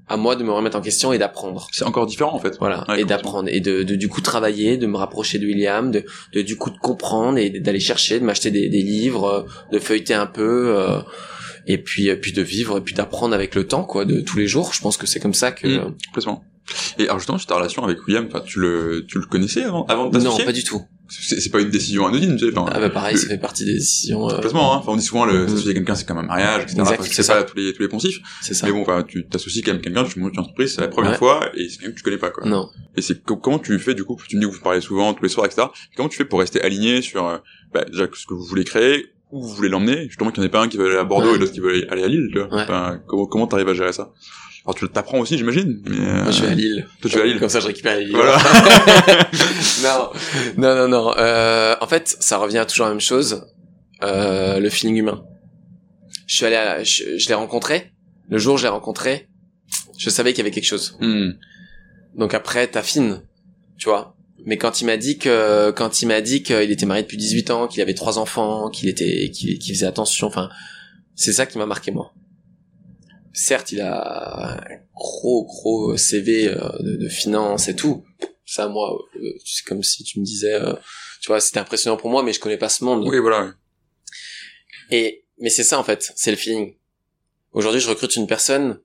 à moi de me remettre en question et d'apprendre. C'est encore différent en fait. Voilà, ouais, et d'apprendre et de, de du coup travailler, de me rapprocher de William, de, de du coup de comprendre et d'aller chercher, de m'acheter des, des livres, de feuilleter un peu, euh, et puis et puis de vivre et puis d'apprendre avec le temps quoi, de tous les jours. Je pense que c'est comme ça que. Mmh, complètement. Et alors justement, ta relation avec William, enfin, tu le tu le connaissais avant avant de t'associer ? Non, pas du tout. C'est, c'est pas une décision anodine, tu sais. Enfin, ah bah pareil, le... ça fait partie des décisions. Euh... Complètement, hein. Enfin, on dit souvent le s'associer à quelqu'un, c'est comme un mariage, et cetera. Exact, parce que c'est c'est ça. pas tous les tous les poncifs. C'est ça. Mais bon, enfin, tu t'associes quand même quelqu'un, tu montes une entreprise, c'est la première ouais. fois, et c'est quelqu'un que tu connais pas, quoi. Non. Et c'est comment tu fais du coup, tu me dis que vous parlez souvent tous les soirs, et cetera. Comment tu fais pour rester aligné sur euh, bah, déjà ce que vous voulez créer, où vous voulez l'emmener, justement qu'il n'y en ait pas un qui veut aller à Bordeaux ouais. et l'autre qui veut aller à Lille, tu vois. Ouais. Enfin, comment comment t'arrives à gérer ça? Alors tu t'apprends aussi, j'imagine. Mais euh... Moi, je vais à Lille. Toi, tu vas à Lille. Comme ça, je récupère les livres. Voilà. non, non, non, non. Euh, en fait, ça revient à toujours la même chose. Euh, le feeling humain. Je suis allé, à la, je, je l'ai rencontré. Le jour où je l'ai rencontré, je savais qu'il y avait quelque chose. Mm. Donc après, t'affines, tu vois. Mais quand il m'a dit que, quand il m'a dit qu'il était marié depuis dix-huit ans, qu'il avait trois enfants, qu'il était, qu'il, qu'il faisait attention, enfin, c'est ça qui m'a marqué moi. Certes, il a un gros, gros C V euh, de, de finance et tout. Ça, moi, euh, c'est comme si tu me disais, euh, tu vois, c'était impressionnant pour moi, mais je connais pas ce monde. Oui, voilà. Et, mais c'est ça, en fait, c'est le feeling. Aujourd'hui, je recrute une personne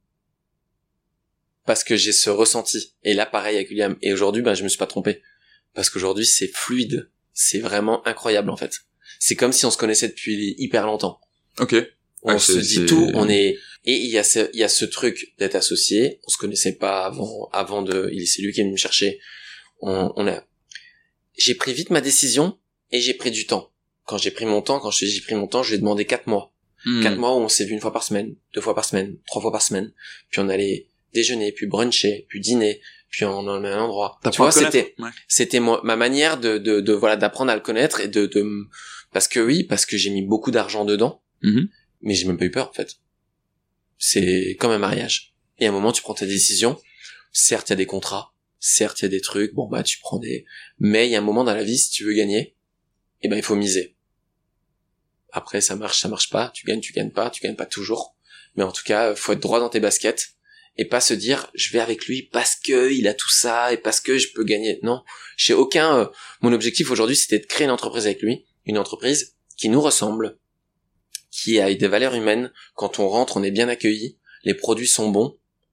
parce que j'ai ce ressenti. Et là, pareil avec William. Et aujourd'hui, ben, je me suis pas trompé. Parce qu'aujourd'hui, c'est fluide. C'est vraiment incroyable, en fait. C'est comme si on se connaissait depuis hyper longtemps. Ok. On ouais, se c'est, dit c'est... tout, on est, et il y a ce, il y a ce truc d'être associé. On se connaissait pas avant, avant de, il c'est lui qui est venu me chercher. On, on a, j'ai pris vite ma décision et j'ai pris du temps. Quand j'ai pris mon temps, quand je dis j'ai pris mon temps, je lui ai demandé quatre mois. Mmh. Quatre mois où on s'est vu une fois par semaine, deux fois par semaine, trois fois par semaine. Puis on allait déjeuner, puis bruncher, puis dîner, puis on en allait à un endroit. T'as tu vois, connaître, c'était, ouais. c'était moi, ma manière de, de, de, voilà, d'apprendre à le connaître et de, de, parce que oui, parce que j'ai mis beaucoup d'argent dedans. Mmh. Mais j'ai même pas eu peur, en fait. C'est comme un mariage. Et à un moment, tu prends tes décisions. Certes, il y a des contrats. Certes, il y a des trucs. Bon, bah, tu prends des... Mais il y a un moment dans la vie, si tu veux gagner, eh ben, il faut miser. Après, ça marche, ça marche pas. Tu gagnes, tu gagnes pas. Tu gagnes pas toujours. Mais en tout cas, faut être droit dans tes baskets. Et pas se dire, je vais avec lui parce que il a tout ça et parce que je peux gagner. Non. J'ai aucun, euh... mon objectif aujourd'hui, c'était de créer une entreprise avec lui. Une entreprise qui nous ressemble, qui a des valeurs humaines. Quand on rentre, on est bien accueilli, les produits sont bons,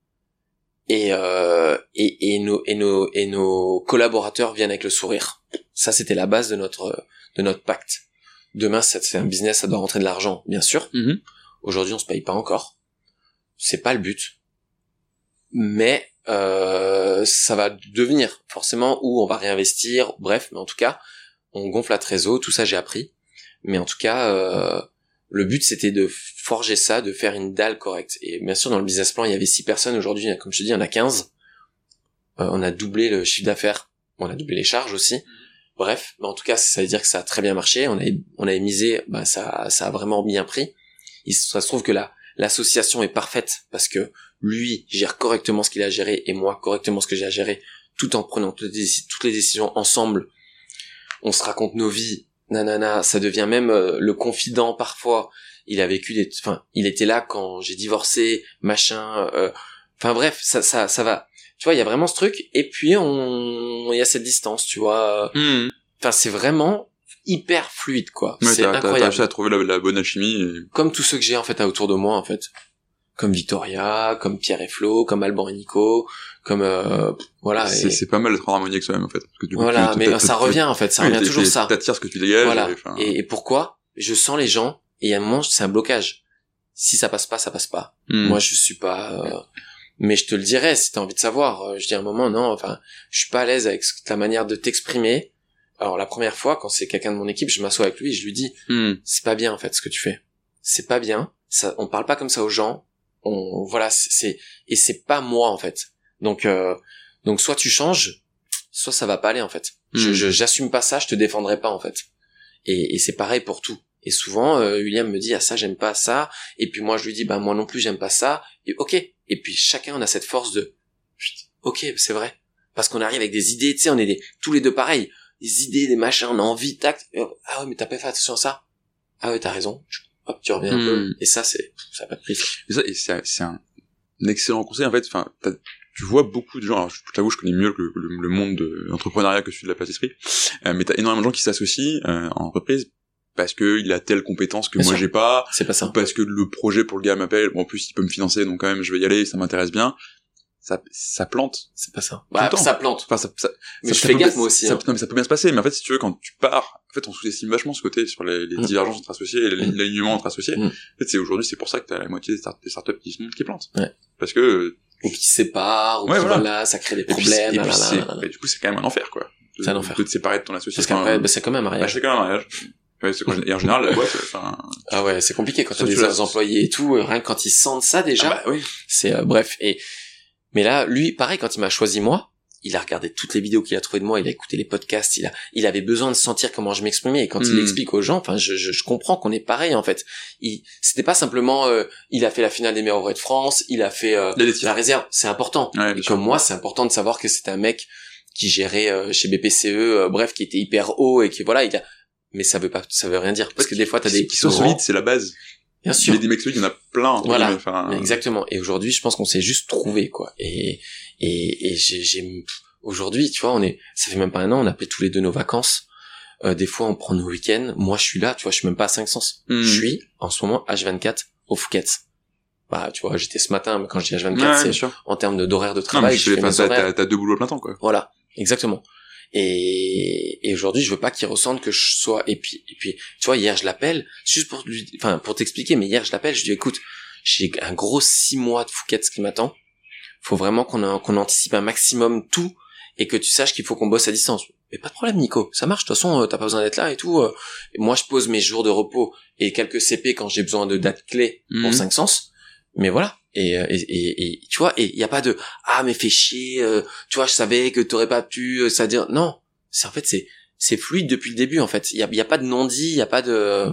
et euh, et, et nos et nos et nos collaborateurs viennent avec le sourire. Ça, c'était la base de notre de notre pacte. Demain, c'est un business, ça doit rentrer de l'argent, bien sûr. Mm-hmm. Aujourd'hui, on se paye pas encore. C'est pas le but, mais euh, ça va devenir forcément où on va réinvestir. Bref, mais en tout cas, on gonfle la trésor. Tout ça, j'ai appris. Mais en tout cas. Euh, Le but, c'était de forger ça, de faire une dalle correcte. Et bien sûr, dans le business plan, il y avait six personnes. Aujourd'hui, comme je te dis, il y en a quinze. Euh, on a doublé le chiffre d'affaires. On a doublé les charges aussi. Bref, mais en tout cas, ça veut dire que ça a très bien marché. On avait, on avait misé, bah, ça, ça a vraiment bien pris. Il, ça se trouve que la, l'association est parfaite parce que lui gère correctement ce qu'il a géré et moi correctement ce que j'ai à gérer, tout en prenant toutes les, toutes les décisions ensemble. On se raconte nos vies. Nanana, ça devient même euh, le confident parfois. Il a vécu des, enfin, il était là quand j'ai divorcé, machin. Enfin euh... bref, ça, ça, ça va. Tu vois, il y a vraiment ce truc. Et puis on, il y a cette distance, tu vois. Mmh. Enfin, c'est vraiment hyper fluide, quoi. Ouais, c'est t'as, incroyable. T'as réussi à trouver la, la bonne alchimie. Et... Comme tous ceux que j'ai en fait autour de moi, en fait. Comme Victoria, comme Pierre et Flo, comme Alban et Nico, comme euh, voilà. C'est, et... c'est pas mal d'être en harmonie avec soi-même en fait. Parce que du coup, voilà, tu, mais t'as, ça t'as, revient en fait, ça oui, revient toujours ça. T'attires ce que tu dégages. Voilà. Et, enfin... et, et pourquoi je sens les gens et il y a un moment c'est un blocage. Si ça passe pas, ça passe pas. Mm. Moi je suis pas. Euh... Mais je te le dirais si t'as envie de savoir. Je dis à un moment non, enfin, je suis pas à l'aise avec ta manière de t'exprimer. Alors la première fois quand c'est quelqu'un de mon équipe, je m'assois avec lui et je lui dis mm. c'est pas bien en fait ce que tu fais. C'est pas bien. Ça, on parle pas comme ça aux gens. On voilà, c'est, c'est et c'est pas moi en fait. Donc euh, donc soit tu changes, soit ça va pas aller en fait. Mm. Je, je j'assume pas ça, je te défendrai pas en fait. Et, et c'est pareil pour tout. Et souvent euh, William me dit ah ça j'aime pas ça, et puis moi je lui dis bah moi non plus j'aime pas ça. Et ok. Et puis chacun on a cette force de ok c'est vrai parce qu'on arrive avec des idées, tu sais on est des, tous les deux pareils, des idées, des machins, on a envie tact. Ah ouais mais t'as pas fait attention à ça. Ah ouais t'as raison. Hop, tu reviens mmh. un peu. Et ça, c'est, ça n'a pas de prix. Et ça, et c'est, c'est un, un excellent conseil, en fait, enfin, tu vois beaucoup de gens, alors je t'avoue, je connais mieux le, le, le monde de l'entrepreneuriat que celui de la pâtisserie, euh, mais t'as énormément de gens qui s'associent euh, en entreprise parce que il a telle compétence que Bien moi sûr. j'ai pas, c'est pas ça. ou parce que le projet pour le gars m'appelle, bon, en plus il peut me financer, donc quand même je vais y aller, ça m'intéresse bien. Ça, ça plante. C'est pas ça. Bah, ça plante. Enfin, ça, ça, mais ça, je ça fais peut gaffe bien, moi aussi. Ça, hein. non, mais ça peut bien se passer, mais en fait, si tu veux, quand tu pars, en fait, on sous-estime vachement ce côté sur les, les Mm. divergences entre associés et Mm. l'alignement entre associés. Mm. En fait, c'est aujourd'hui, c'est pour ça que t'as la moitié des, start- des startups qui se montent, qui plantent. Ouais. Parce que, ou qui se séparent, ou ouais, qui voilà. voilà, ça crée des et puis, problèmes. et puis là, là, c'est, là, là. bah, du coup, c'est quand même un enfer, quoi. De, C'est un enfer. de te séparer de ton associé. Parce qu'après, Enfin, bah, c'est comme un bah, mariage. c'est quand même un mariage. Ouais, c'est quand- et en général, la boîte, enfin, Ah ouais, c'est compliqué quand t'as Sauf des que là, employés et tout, euh, rien que quand ils sentent ça déjà. ah bah oui. C'est euh, bref. Et mais là, lui, pareil, quand il m'a choisi moi, il a regardé toutes les vidéos qu'il a trouvées de moi, il a écouté les podcasts, il a, il avait besoin de sentir comment je m'exprimais. Et quand Mm. il explique aux gens, enfin, je, je, je comprends qu'on est pareil en fait. Il, c'était pas simplement, euh, il a fait la finale des meilleurs ouvriers de France, il a fait euh, Il y a des tirs. la réserve, c'est important. Ouais, et bien sûr. comme moi, c'est important de savoir que c'était un mec qui gérait euh, chez B P C E, euh, bref, qui était hyper haut et qui voilà, il a. Mais ça veut pas, ça veut rien dire parce que des fois t'as des qui sont grands- solides, c'est la base. Bien sûr. Mais des mecs solides, il y en a plein. entre Voilà. guillemets, enfin, Exactement. Et aujourd'hui, je pense qu'on s'est juste trouvé, quoi. Et, et, et j'ai, j'ai, aujourd'hui, tu vois, on est, ça fait même pas un an, on a pris tous les deux nos vacances. Euh, des fois, on prend nos week-ends. Moi, je suis là, tu vois, je suis même pas à cinq sens. Mm. Je suis, en ce moment, H vingt-quatre au Phuket. Bah, tu vois, j'étais ce matin, mais quand je dis H vingt-quatre, ouais, bien c'est sûr. en termes de, d'horaire de Non, travail, mais je tu fais fais, mes enfin, t'as, horaires. t'as, t'as deux boulots à plein temps, quoi. Voilà. Exactement. Et, et aujourd'hui, je veux pas qu'il ressente que je sois, et puis, et puis, tu vois, hier, je l'appelle, juste pour lui, enfin, pour t'expliquer, mais hier, je l'appelle, je lui dis, écoute, j'ai un gros six mois de Phuket qui m'attend. Faut vraiment qu'on, a, qu'on anticipe un maximum tout, et que tu saches qu'il faut qu'on bosse à distance. Mais pas de problème, Nico. Ça marche. De toute façon, euh, t'as pas besoin d'être là et tout. Euh, et moi, je pose mes jours de repos et quelques C P quand j'ai besoin de dates clés pour Mhm. cinq sens. Mais voilà. Et, euh, et, et, et tu vois, et il y a pas de ah mais fais chier. Euh, tu vois, je savais que t'aurais pas pu. Euh, ça dire non. C'est en fait c'est c'est fluide depuis le début en fait. Il y a il y a pas de non-dit, il y a pas de.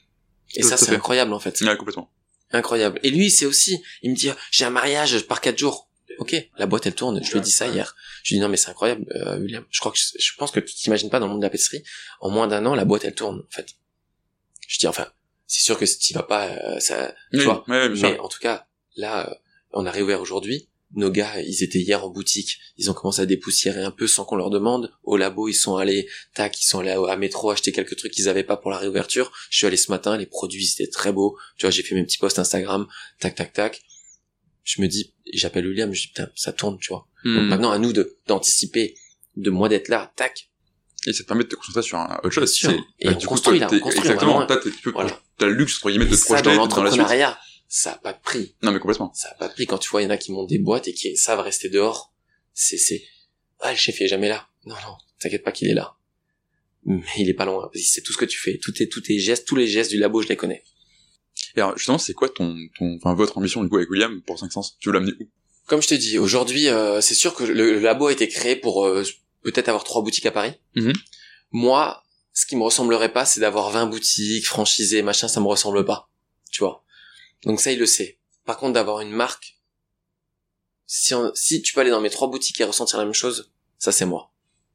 Et Tout ça à c'est fait. incroyable en fait. Ouais, complètement. Incroyable. Et lui c'est aussi. Il me dit j'ai un mariage, je pars quatre jours. Ok, la boîte elle tourne. Je lui ai dit ça hier. Je lui ai dit non mais c'est incroyable, euh, William. Je crois que je, je pense que tu t'imagines pas dans le monde de la pâtisserie. En moins d'un an, la boîte elle tourne en fait. Je dis enfin, c'est sûr que si t'y vas pas, euh, ça, tu Oui, vois. ouais, bien Mais sûr. en tout cas, là, euh, on a réouvert aujourd'hui. Nos gars, ils étaient hier en boutique. Ils ont commencé à dépoussiérer un peu sans qu'on leur demande. Au labo, ils sont allés, tac, ils sont allés à, à métro acheter quelques trucs qu'ils avaient pas pour la réouverture. Je suis allé ce matin, les produits ils étaient très beaux. Tu vois, j'ai fait mes petits posts Instagram, tac, tac, tac. Je me dis, j'appelle William, je dis putain, ça tourne, tu vois. Donc Hmm. maintenant, à nous de d'anticiper, de moi d'être là, tac. Et ça te permet de te concentrer sur un, autre chose. Bien sûr. C'est- Et bah, on du construit, toi, là, t'es- on construit, exactement. vraiment. T'as, t'es- tu peux, Voilà. t'as le luxe, entre guillemets, de Et te ça, projeter dans dans la suite. l'entrepreneuriat, ça a pas de prix. Non, mais complètement. Ça a pas de prix quand tu vois, il y en a qui montent des boîtes et qui savent rester dehors. C'est, c'est, ah, le chef il est jamais là. Non, non, t'inquiète pas qu'il est là. Mais il est pas loin. Vas-y, c'est tout ce que tu fais. Tous tes, tous tes gestes, tous les gestes du labo, je les connais. Et alors, justement, c'est quoi ton, ton, enfin, votre ambition, du coup, avec William, pour cinq sens? Tu veux l'amener où? Comme je t'ai dit, aujourd'hui, euh, c'est sûr que le, le labo a été créé pour euh, peut-être avoir trois boutiques à Paris. Mhm. Moi, ce qui me ressemblerait pas, c'est d'avoir vingt boutiques, franchisées, machin, ça me ressemble pas. Tu vois. Donc ça, il le sait. Par contre, d'avoir une marque, si, on, si tu peux aller dans mes trois boutiques et ressentir la même chose, ça c'est moi.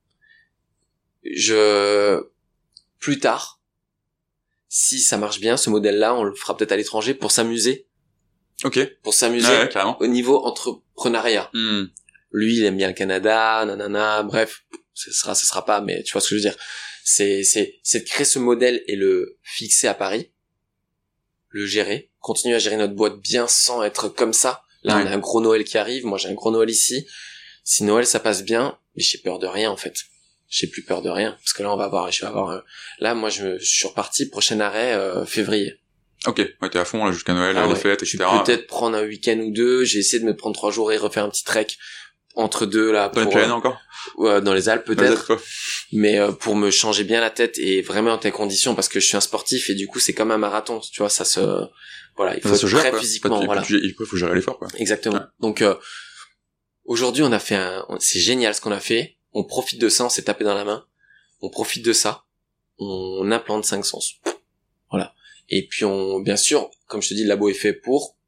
Je, plus tard, si ça marche bien, ce modèle-là, on le fera peut-être à l'étranger pour s'amuser, Ok. pour s'amuser Ouais, ouais, carrément. au niveau entrepreneuriat. Hmm. Lui, il aime bien le Canada, nanana, bref, ce sera, ce sera pas, mais tu vois ce que je veux dire. C'est, c'est, c'est de créer ce modèle et le fixer à Paris, le gérer, continuer à gérer notre boîte bien sans être comme ça. Là, Ouais. on a un gros Noël qui arrive, moi j'ai un gros Noël ici. Si Noël ça passe bien, mais j'ai peur de rien en fait. J'ai plus peur de rien, parce que là on va avoir, je vais avoir, euh, là moi je, je suis reparti, prochain arrêt, euh, février. Ok. Ouais, t'es à fond, là, jusqu'à Noël, Ah les ouais. fêtes, Je et vais cetera. peut-être prendre un week-end ou deux, j'ai essayé de me prendre trois jours et refaire un petit trek entre deux là, Dans les pour, Pyrénées euh, encore? ouais, dans les Alpes Dans les peut-être. Alpes, quoi. Mais euh, pour me changer bien la tête et vraiment en tes conditions, parce que je suis un sportif et du coup c'est comme un marathon, tu vois, ça se, voilà, il faut Ça se être gère, prêt quoi. physiquement, Faut- voilà, faut- Il faut, faut gérer l'effort, quoi. exactement. Ouais. Donc euh, aujourd'hui on a fait un, c'est génial ce qu'on a fait, on profite de ça, on s'est tapé dans la main, on profite de ça, on implante cinq sens, voilà. Et puis on, bien sûr, comme je te dis, le labo est fait pour,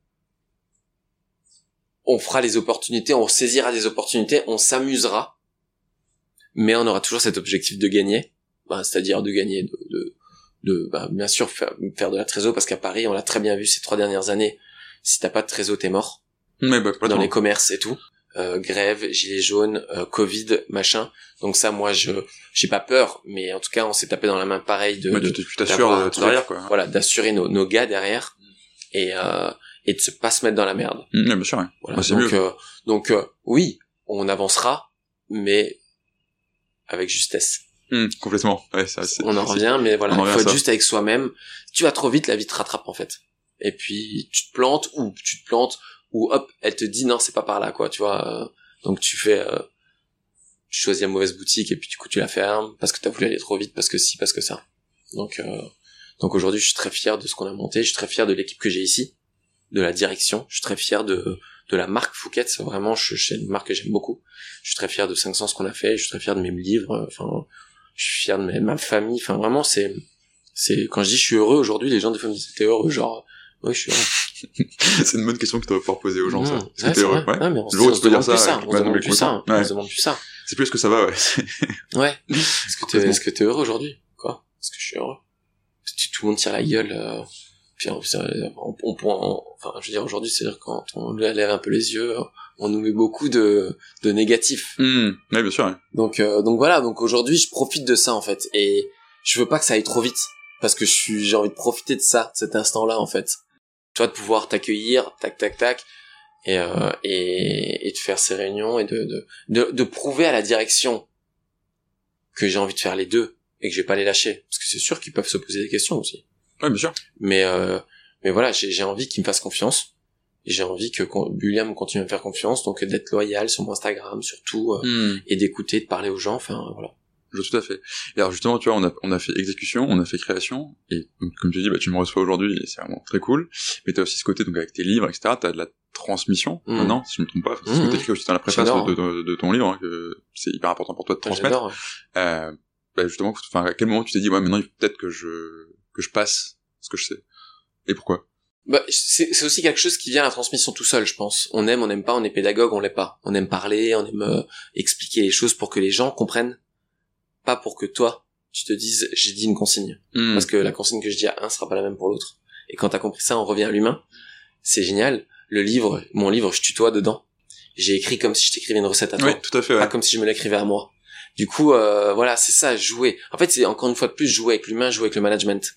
on fera les opportunités, on saisira des opportunités, on s'amusera, mais on aura toujours cet objectif de gagner, ben, c'est-à-dire de gagner, de, de, de ben, bien sûr faire, faire de la trésor, parce qu'à Paris, on l'a très bien vu ces trois dernières années, si t'as pas de trésor, t'es mort. Mais bah, dans les commerces et tout. Euh, grève, gilets jaunes, euh, Covid, machin. Donc ça, moi, je j'ai pas peur, mais en tout cas, on s'est tapé dans la main pareil de, bah, de tu t'assures de derrière, quoi. Voilà, d'assurer nos, nos gars derrière et euh, et de se pas se mettre dans la merde. Mmh, bien sûr. Ouais. Voilà. Bah, c'est donc mieux. Euh, donc euh, oui, on avancera, mais avec justesse. Mmh, complètement. Ouais, ça, c'est, on en c'est, revient, mais voilà, il faut être ça. juste avec soi-même. Si tu vas trop vite, la vie te rattrape en fait. Et puis tu te plantes ou tu te plantes ou hop, elle te dit non, c'est pas par là, quoi, tu vois. Donc tu fais, euh, tu choisis la mauvaise boutique et puis du coup tu la fermes parce que t'as voulu aller trop vite, parce que si, parce que ça. Donc euh, donc aujourd'hui, je suis très fier de ce qu'on a monté, je suis très fier de l'équipe que j'ai ici, de la direction, je suis très fier de de la marque Fouquet, c'est vraiment, je, c'est une marque que j'aime beaucoup. Je suis très fier de cinq cents ce qu'on a fait, je suis très fier de mes livres, enfin, je suis fier de ma, ma famille, enfin vraiment, c'est c'est quand je dis je suis heureux aujourd'hui, les gens des fois me disent t'es heureux, genre oui, je suis heureux. C'est une bonne question que tu dois pouvoir poser aux gens, mmh, ça. Ouais, c'est heureux, ouais. ouais, mais on, le jour où on tu se peux dire demande ça, plus ça, on se demande plus ça, on se demande plus ça. C'est plus que ça va, ouais. Ouais. Est-ce que t'es, est-ce que t'es heureux aujourd'hui? Quoi? Est-ce que je suis heureux? Parce que tout le monde tire la gueule, euh, puis on, on, on, on, enfin, je veux dire, aujourd'hui, c'est-à-dire quand on lève un peu les yeux, on nous met beaucoup de, de négatifs. Mmh, ouais, bien sûr, ouais. Donc, euh, donc voilà, donc aujourd'hui, je profite de ça, en fait, et je veux pas que ça aille trop vite, parce que je suis, j'ai envie de profiter de ça, de cet instant-là, en fait. Tu vois, de pouvoir t'accueillir, tac, tac, tac, et, euh, et, et de faire ces réunions, et de, de, de, de prouver à la direction que j'ai envie de faire les deux, et que je vais pas les lâcher. Parce que c'est sûr qu'ils peuvent se poser des questions aussi. Ouais, bien sûr. Mais, euh, mais voilà, j'ai, j'ai envie qu'ils me fassent confiance. Et j'ai envie que William continue à me faire confiance, donc d'être loyal sur mon Instagram, surtout, euh, mmh. et d'écouter, de parler aux gens, enfin, voilà. Je vois tout à fait. Et alors justement, tu vois, on a, on a fait exécution, on a fait création, et donc, comme tu dis, bah, tu me reçois aujourd'hui, et c'est vraiment très cool. Mais t'as aussi ce côté, donc avec tes livres, et cetera, t'as de la transmission, mmh. maintenant, si je me trompe pas, c'est mmh. ce que t'écris aussi dans la préface de, de, de, de ton livre, hein, que c'est hyper important pour toi de transmettre. J'adore, ouais. Euh, bah, justement, enfin, à quel moment tu t'es dit, ouais, maintenant, il faut peut-être que je, que je passe ce que je sais. Et pourquoi? Bah, c'est, c'est aussi quelque chose qui vient à la transmission tout seul, je pense. On aime, on n'aime pas, on est pédagogue, on l'est pas. On aime parler, on aime euh, expliquer les choses pour que les gens comprennent. Pas pour que toi, tu te dises, j'ai dit une consigne. Mmh. Parce que la consigne que je dis à un sera pas la même pour l'autre. Et quand t'as compris ça, on revient à l'humain. C'est génial. Le livre, mon livre, je tutoie dedans. J'ai écrit comme si je t'écrivais une recette à toi. Oui, tout à fait, ouais. Pas comme si je me l'écrivais à moi. Du coup, euh, voilà, c'est ça, jouer. En fait, c'est encore une fois de plus jouer avec l'humain, jouer avec le management.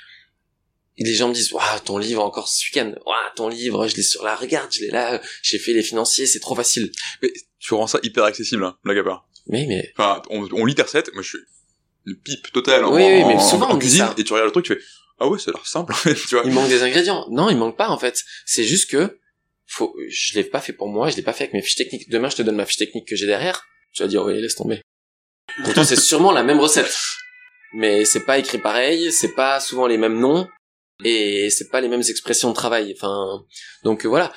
Et les gens me disent, waouh, ton livre encore ce week-end. Waouh, ton livre, je l'ai sur là, regarde, je l'ai là, j'ai fait les financiers, c'est trop facile. Mais tu rends ça hyper accessible, hein, blague à part. Mais, mais. Enfin, on, on lit tes recettes, moi je suis une pipe totale en, oui, oui, mais en, souvent en, en on cuisine, dit ça. Et tu regardes le truc, tu fais, ah ouais, ça a l'air simple, en fait, tu vois. Il manque des ingrédients. Non, il manque pas, en fait. C'est juste que, faut, je l'ai pas fait pour moi, je l'ai pas fait avec mes fiches techniques. Demain, je te donne ma fiche technique que j'ai derrière. Tu vas dire, oui, laisse tomber. Pourtant, c'est sûrement la même recette. Mais c'est pas écrit pareil, c'est pas souvent les mêmes noms, et c'est pas les mêmes expressions de travail. Enfin, donc voilà.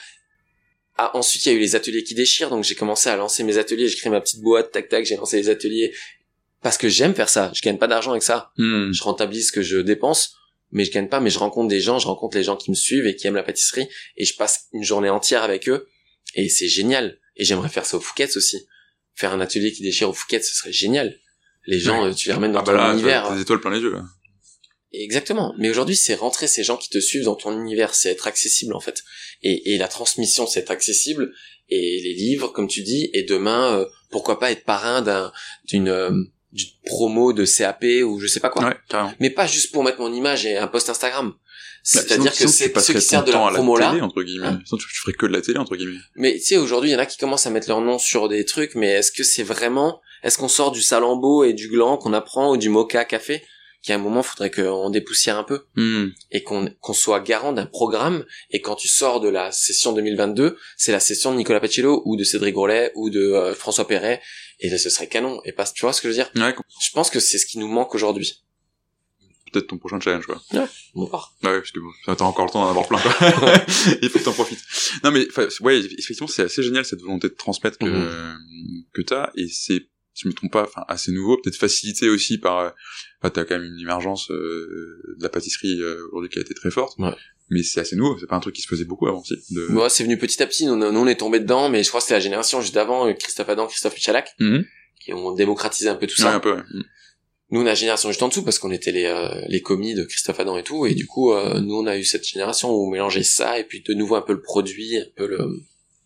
Ah, ensuite, il y a eu les ateliers qui déchirent, donc j'ai commencé à lancer mes ateliers, j'ai créé ma petite boîte, tac tac, j'ai lancé les ateliers, parce que j'aime faire ça, je gagne pas d'argent avec ça, mmh. je rentabilise ce que je dépense, mais je gagne pas, mais je rencontre des gens, je rencontre les gens qui me suivent et qui aiment la pâtisserie, et je passe une journée entière avec eux, et c'est génial, et j'aimerais faire ça au Fouquet's aussi, faire un atelier qui déchire au Fouquet's, ce serait génial, les gens, ouais. Tu les ramènes dans ah ton bah là, univers. T'as des étoiles plein les yeux, là. Exactement. Mais aujourd'hui, c'est rentrer ces gens qui te suivent dans ton univers, c'est être accessible, en fait. Et, et la transmission, c'est être accessible. Et les livres, comme tu dis, et demain, euh, pourquoi pas être parrain d'un, d'une, euh, d'une promo de C A P ou je sais pas quoi. Ouais, carrément. Mais pas juste pour mettre mon image et un post Instagram. C'est-à-dire que c'est ceux qui servent de la promo là. Entre guillemets. Hein sinon, tu, tu ferais que de la télé, entre guillemets. Mais tu sais, aujourd'hui, il y en a qui commencent à mettre leur nom sur des trucs, mais est-ce que c'est vraiment, est-ce qu'on sort du Salambo et du Gland qu'on apprend ou du Mocha Café? Qu'à un moment, faudrait qu'on dépoussière un peu. Mmh. Et qu'on, qu'on soit garant d'un programme, et quand tu sors de la session deux mille vingt-deux, c'est la session de Nicolas Pacello, ou de Cédric Grolet, ou de euh, François Perret, et là, ce serait canon. Et pas, tu vois ce que je veux dire? Ouais. Je pense que c'est ce qui nous manque aujourd'hui. Peut-être ton prochain challenge, quoi. Ouais, on va voir. Ouais, parce que bon, t'as encore le temps d'en avoir plein, quoi. Il faut que t'en profites. Non, mais, ouais, effectivement, c'est assez génial, cette volonté de transmettre que, mmh. que t'as, et c'est, si je me trompe pas, enfin, assez nouveau, peut-être facilité aussi par, enfin, t'as quand même une émergence, euh, de la pâtisserie, euh, aujourd'hui qui a été très forte. Ouais. Mais c'est assez nouveau, c'est pas un truc qui se faisait beaucoup avant, si. De... Ouais, c'est venu petit à petit, nous, nous on est tombé dedans, mais je crois que c'était la génération juste d'avant, Christophe Adam, Christophe Michalak, mmh. qui ont démocratisé un peu tout ça. Ouais, un peu, ouais. Mmh. Nous, on a la génération juste en dessous, parce qu'on était les, euh, les commis de Christophe Adam et tout, et du coup, euh, nous, on a eu cette génération où on mélangeait ça, et puis de nouveau un peu le produit, un peu le,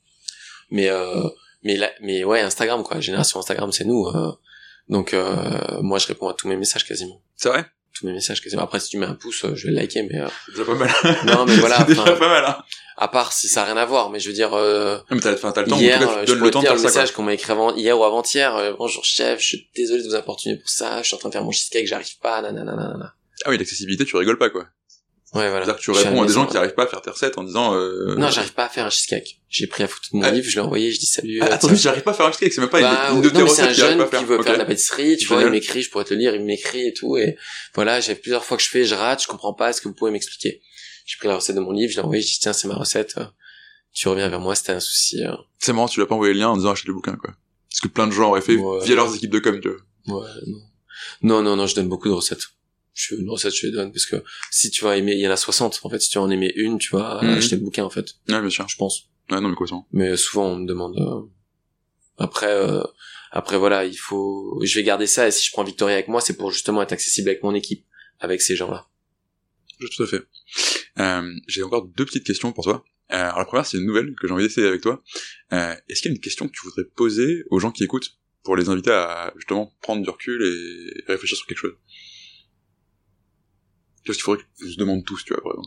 mais euh, mais là, mais ouais, Instagram quoi, génération Instagram, c'est nous. Euh, donc euh, moi, je réponds à tous mes messages quasiment. C'est vrai. Tous mes messages quasiment. Après, si tu mets un pouce, je vais le liker, mais euh... c'est déjà pas mal. Non, mais voilà. c'est déjà pas mal. Hein. À part si ça a rien à voir, mais je veux dire. Euh... Non, mais t'as, t'as le temps. Hier, en tout cas, tu je donnes pourrais le temps te dire de le faire ça, message qu'on m'a écrit avant, hier ou avant-hier. Euh, Bonjour chef, je suis désolé de vous importuner pour ça. Je suis en train de faire mon cheesecake, j'arrive pas. Nanana. Ah oui, l'accessibilité, tu rigoles pas quoi. Ouais, voilà. C'est-à-dire que tu réponds à des gens qui arrivent pas à faire tes recettes en disant. Euh... Non, j'arrive pas à faire un cheesecake. J'ai pris la photo de mon ah, livre, je l'ai envoyé, je dis salut. Ah, attends, j'arrive pas à faire un cheesecake, c'est même pas bah, une, une de tes non, recettes c'est un jeune qui, qui faire. veut okay. faire de la pâtisserie, tu Génial. vois, il m'écrit, je pourrais te le lire, il m'écrit et tout, et voilà, j'ai plusieurs fois que je fais, je rate, je comprends pas, est-ce que vous pouvez m'expliquer? J'ai pris la recette de mon livre, je l'ai envoyé, je dis tiens, c'est ma recette, tu reviens vers moi, c'était un souci. C'est marrant, tu l'as pas envoyé le lien en disant achète le bouquin, quoi. Parce que plein de gens auraient fait ouais. via leurs équipes de com, tu vois. Ouais, non. Non, non, non, je donne beaucoup de recettes. Je, une recette, je les donne, parce que si tu vas aimer, il y en a soixante, en fait, si tu vas en aimer une, tu vas mmh. acheter le bouquin, en fait. Ouais, bien sûr. Je pense. Ouais, non, mais quoi ça? Mais souvent, on me demande, euh... après, euh... après, voilà, il faut, je vais garder ça, et si je prends Victoria avec moi, c'est pour justement être accessible avec mon équipe, avec ces gens-là. Tout à fait. Euh, j'ai encore deux petites questions pour toi. Euh, alors la première, c'est une nouvelle que j'ai envie d'essayer avec toi. Euh, est-ce qu'il y a une question que tu voudrais poser aux gens qui écoutent pour les inviter à justement prendre du recul et réfléchir sur quelque chose? Qu'est-ce qu'il faudrait qu'ils se demandent tous, tu vois, par exemple?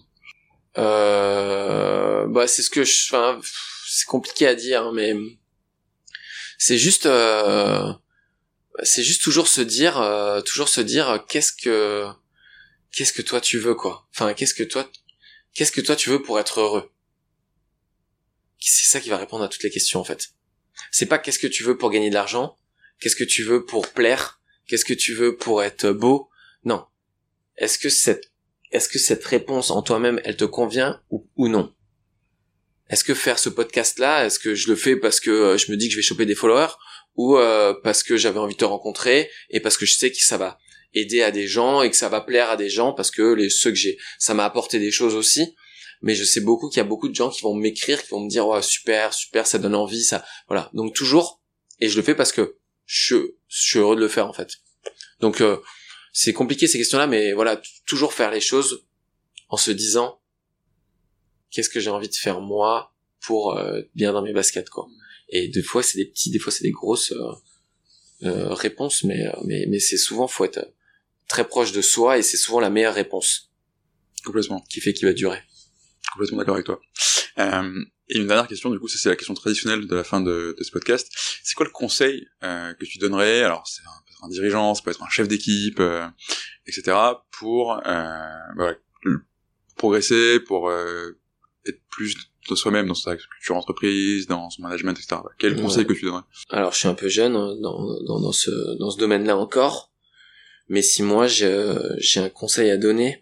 Euh, bah, c'est ce que je, enfin, c'est compliqué à dire, hein, mais c'est juste, euh, c'est juste toujours se dire, euh, toujours se dire, qu'est-ce que, qu'est-ce que toi tu veux, quoi. Enfin, qu'est-ce que toi, qu'est-ce que toi tu veux pour être heureux? C'est ça qui va répondre à toutes les questions, en fait. C'est pas qu'est-ce que tu veux pour gagner de l'argent, qu'est-ce que tu veux pour plaire, qu'est-ce que tu veux pour être beau. Non. Est-ce que cette, est-ce que cette réponse en toi-même, elle te convient ou, ou non? Est-ce que faire ce podcast-là, est-ce que je le fais parce que euh, je me dis que je vais choper des followers ou euh, parce que j'avais envie de te rencontrer et parce que je sais que ça va aider à des gens et que ça va plaire à des gens parce que les ceux que j'ai, ça m'a apporté des choses aussi. Mais je sais beaucoup qu'il y a beaucoup de gens qui vont m'écrire, qui vont me dire ouais super, super, ça donne envie, ça, voilà. Donc toujours, et je le fais parce que je, je suis heureux de le faire en fait. Donc euh, c'est compliqué ces questions-là, mais voilà, t- toujours faire les choses en se disant qu'est-ce que j'ai envie de faire moi pour euh, bien dans mes baskets quoi. Et des fois c'est des petits, des fois c'est des grosses euh, euh, réponses, mais mais mais c'est souvent faut être très proche de soi et c'est souvent la meilleure réponse. Complètement. Qui fait qu'il va durer. Complètement d'accord avec toi. Euh, et une dernière question, du coup, ça, c'est la question traditionnelle de la fin de, de ce podcast. C'est quoi le conseil euh, que tu donnerais, alors c'est un, un dirigeant, ça peut être un chef d'équipe, euh, et cetera, pour euh, voilà, progresser, pour euh, être plus de soi-même dans sa culture entreprise, dans son management, et cetera. Quel ouais. conseil que tu donnerais? Alors, je suis un peu jeune dans, dans, dans, ce, dans ce domaine-là encore, mais si moi j'ai, j'ai un conseil à donner,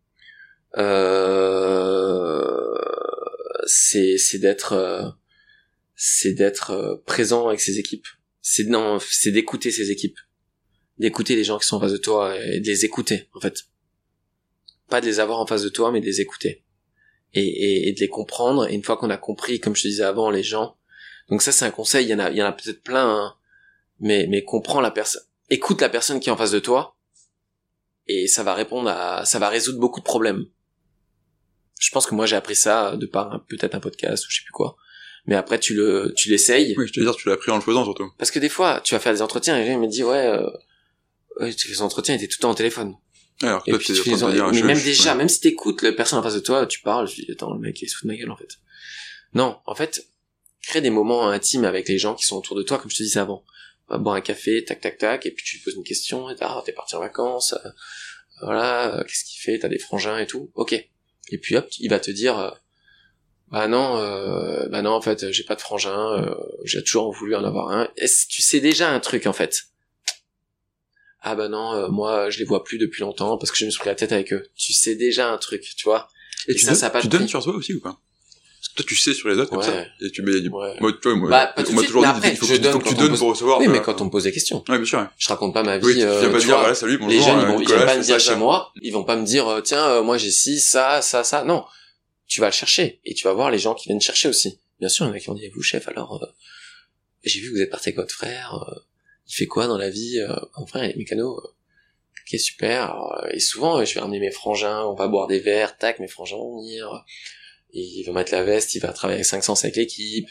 Euh, c'est c'est d'être euh, c'est d'être euh, présent avec ses équipes. C'est non, c'est d'écouter ses équipes, d'écouter les gens qui sont en face de toi et de les écouter en fait. Pas de les avoir en face de toi, mais de les écouter et, et, et de les comprendre. Et une fois qu'on a compris, comme je te disais avant, les gens. Donc ça c'est un conseil. Il y en a il y en a peut-être plein, hein, mais mais comprends la personne, écoute la personne qui est en face de toi et ça va répondre à ça va résoudre beaucoup de problèmes. Je pense que moi j'ai appris ça de par un, peut-être un podcast ou je sais plus quoi. Mais après tu le tu l'essayes. Oui, je te veux dire tu l'as appris en le faisant surtout. Parce que des fois tu vas faire des entretiens et les gens me disent ouais, euh, ouais tu fais des entretiens et t'es tout le temps au téléphone. Alors, toi, tu fais dire, mais même je, déjà, ouais. même si t'écoutes la personne en face de toi, tu parles, je dis attends le mec il se fout de ma gueule en fait. Non, en fait, crée des moments intimes avec les gens qui sont autour de toi comme je te disais avant. On va boire un café, tac tac tac, et puis tu lui poses une question, et ah t'es parti en vacances, euh, voilà, euh, qu'est-ce qu'il fait, t'as des frangins et tout, ok. Et puis hop, il va te dire euh, bah non, euh, bah non en fait j'ai pas de frangin, euh, j'ai toujours voulu en avoir un. Est-ce, tu sais déjà un truc en fait. Ah bah non, euh, moi je les vois plus depuis longtemps parce que je me suis pris la tête avec eux. Tu sais déjà un truc, tu vois. Et, et tu, ça, donnes, ça pas tu donnes sur toi aussi ou pas? Parce que toi tu sais sur les autres ouais. comme ça. Et tu mets, ouais. moi, tu vois, moi, bah, on m'a toujours dit il faut, que, faut que tu donnes pose... pour recevoir. Oui, bah, mais quand on me pose des questions. Ouais, bien sûr. Ouais. Je raconte pas ma vie. Oui, tu viens euh, pas tu dire, vois, voilà, salut, bonjour. Les jeunes, ils vont, ils viennent pas me dire ça, chez moi, ils vont pas me dire, euh, tiens, euh, moi j'ai ci, ça, ça, ça. Non. Tu vas le chercher. Et tu vas voir les gens qui viennent chercher aussi. Bien sûr, il y en a qui vont dire, vous, chef, alors, euh, j'ai vu que vous êtes parti avec votre frère, euh, il fait quoi dans la vie, euh, mon frère, il est mécano, euh, ok, super. Alors, et souvent, je vais ramener mes frangins, on va boire des verres, tac, mes frangins vont venir, et il va mettre la veste, il va travailler avec cinq cents avec l'équipe,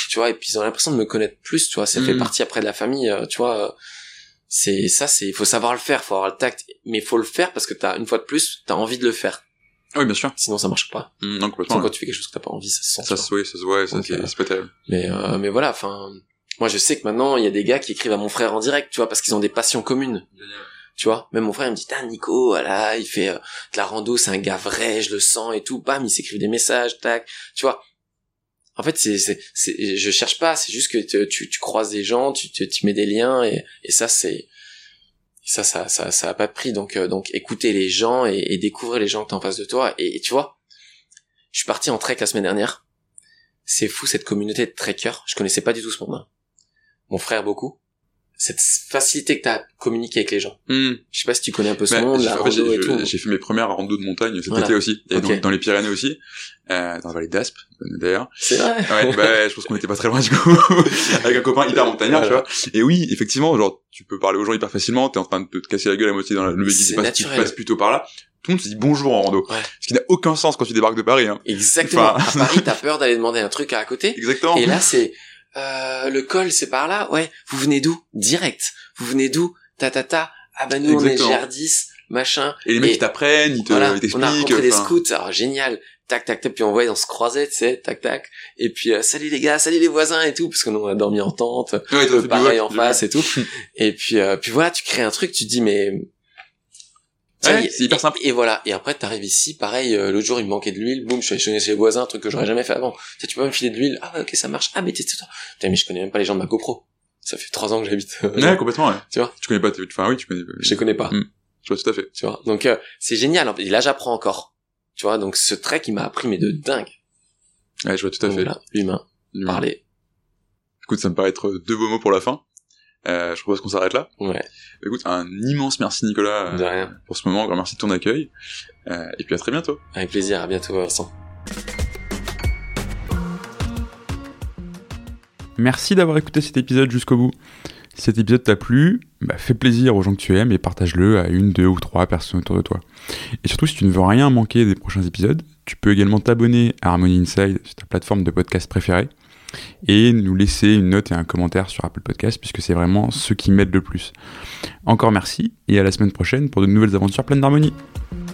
tu vois, et puis ils ont l'impression de me connaître plus, tu vois, ça mmh. fait partie après de la famille, euh, tu vois, euh, c'est, ça, c'est, il faut savoir le faire, faut avoir le tact, mais il faut le faire parce que t'as, une fois de plus, t'as envie de le faire. Oui, bien sûr. Sinon, ça marche pas. Mmh, non, complètement. Sinon, quand tu fais quelque chose que t'as pas envie, ça se sent. Ça se, oui, ça se voit, ça, c'est, euh, c'est pas terrible. Mais, euh, mais voilà, enfin, moi, je sais que maintenant, il y a des gars qui écrivent à mon frère en direct, tu vois, parce qu'ils ont des passions communes. Génial. Tu vois, même mon frère, il me dit, ah, Nico, voilà, il fait, euh, de la rando, c'est un gars vrai, je le sens et tout, bam, il s'écrit des messages, tac, tu vois. En fait, c'est, c'est, c'est, je cherche pas, c'est juste que tu, tu, tu croises des gens, tu, tu, tu mets des liens et, et ça, c'est, ça, ça, ça, ça a pas de prix. Donc, euh, donc, écouter les gens et, et découvrir les gens que t'as en face de toi. Et, et tu vois, je suis parti en trek la semaine dernière. C'est fou, cette communauté de trekkers. Je connaissais pas du tout ce monde. Mon frère, beaucoup. Cette facilité que t'as à communiquer avec les gens. Mm. Je sais pas si tu connais un peu ce bah, monde, la rando fait, et tout. J'ai fait mes premières randos de montagne cet voilà. été aussi. Et okay. donc, dans les Pyrénées aussi. Euh, dans la vallée d'Aspe, d'ailleurs. C'est vrai. Ouais, bah, je pense qu'on était pas très loin, du coup. Avec un copain hyper montagnard, voilà. tu vois. Et oui, effectivement, genre, tu peux parler aux gens hyper facilement, t'es en train de te casser la gueule à moitié dans la, le mec qui passe, qui passe plutôt par là. Tout le monde se dit bonjour en rando. Ouais. Ce qui n'a aucun sens quand tu débarques de Paris, hein. Exactement. Enfin... À Paris, t'as peur d'aller demander un truc à côté. Exactement. Et là, c'est, euh, le col, c'est par là. Ouais. Vous venez d'où? Direct. Vous venez d'où? Ta ta ta. Ah bah nous, Exactement. on est G R dix, machin. Et les mecs, ils t'apprennent, ils te, voilà, ils t'expliquent. On a rencontré des scouts. Alors, génial. Tac, tac, tac. Puis on voyait, on se croisait, tu sais, tac, tac. Et puis, euh, salut les gars, salut les voisins et tout. Parce que nous, on a dormi en tente. Ouais, euh, pareil en face et tout. Et puis, euh, puis voilà, tu crées un truc, tu te dis, mais, ouais, et, c'est hyper simple. Et, et voilà. Et après, t'arrives ici, pareil, euh, l'autre jour, il me manquait de l'huile, boum, je suis allé chez les voisins, un truc que j'aurais jamais fait avant. Tu sais, tu peux me filer de l'huile. Ah, ok, ça marche. Ah, mais t'es, t'es, toi. Putain, mais je connais même pas les gens de ma GoPro. Ça fait trois ans que j'habite. Euh, ouais, complètement, ouais. Tu vois? Tu connais pas, enfin, oui, tu connais. Je les connais pas. Mmh. Je vois tout à fait. Tu vois? Donc, euh, c'est génial. Et là, j'apprends encore. Tu vois? Donc, ce trek, il m'a appris, mais de dingue. Ouais, je vois tout à donc, fait. Voilà, humain. Humain. Parler. Écoute, ça me paraît être deux beaux mots pour la fin. Euh, je propose qu'on s'arrête là. Ouais. Écoute, un immense merci Nicolas de rien. Euh, pour ce moment, un grand merci de ton accueil. Euh, et puis à très bientôt. Avec plaisir, à bientôt Vincent. Merci d'avoir écouté cet épisode jusqu'au bout. Si cet épisode t'a plu, bah fais plaisir aux gens que tu aimes et partage-le à une, deux ou trois personnes autour de toi. Et surtout, si tu ne veux rien manquer des prochains épisodes, tu peux également t'abonner à Harmony Inside sur ta plateforme de podcast préférée et nous laisser une note et un commentaire sur Apple Podcasts puisque c'est vraiment ce qui m'aide le plus. Encore merci et à la semaine prochaine pour de nouvelles aventures pleines d'harmonie.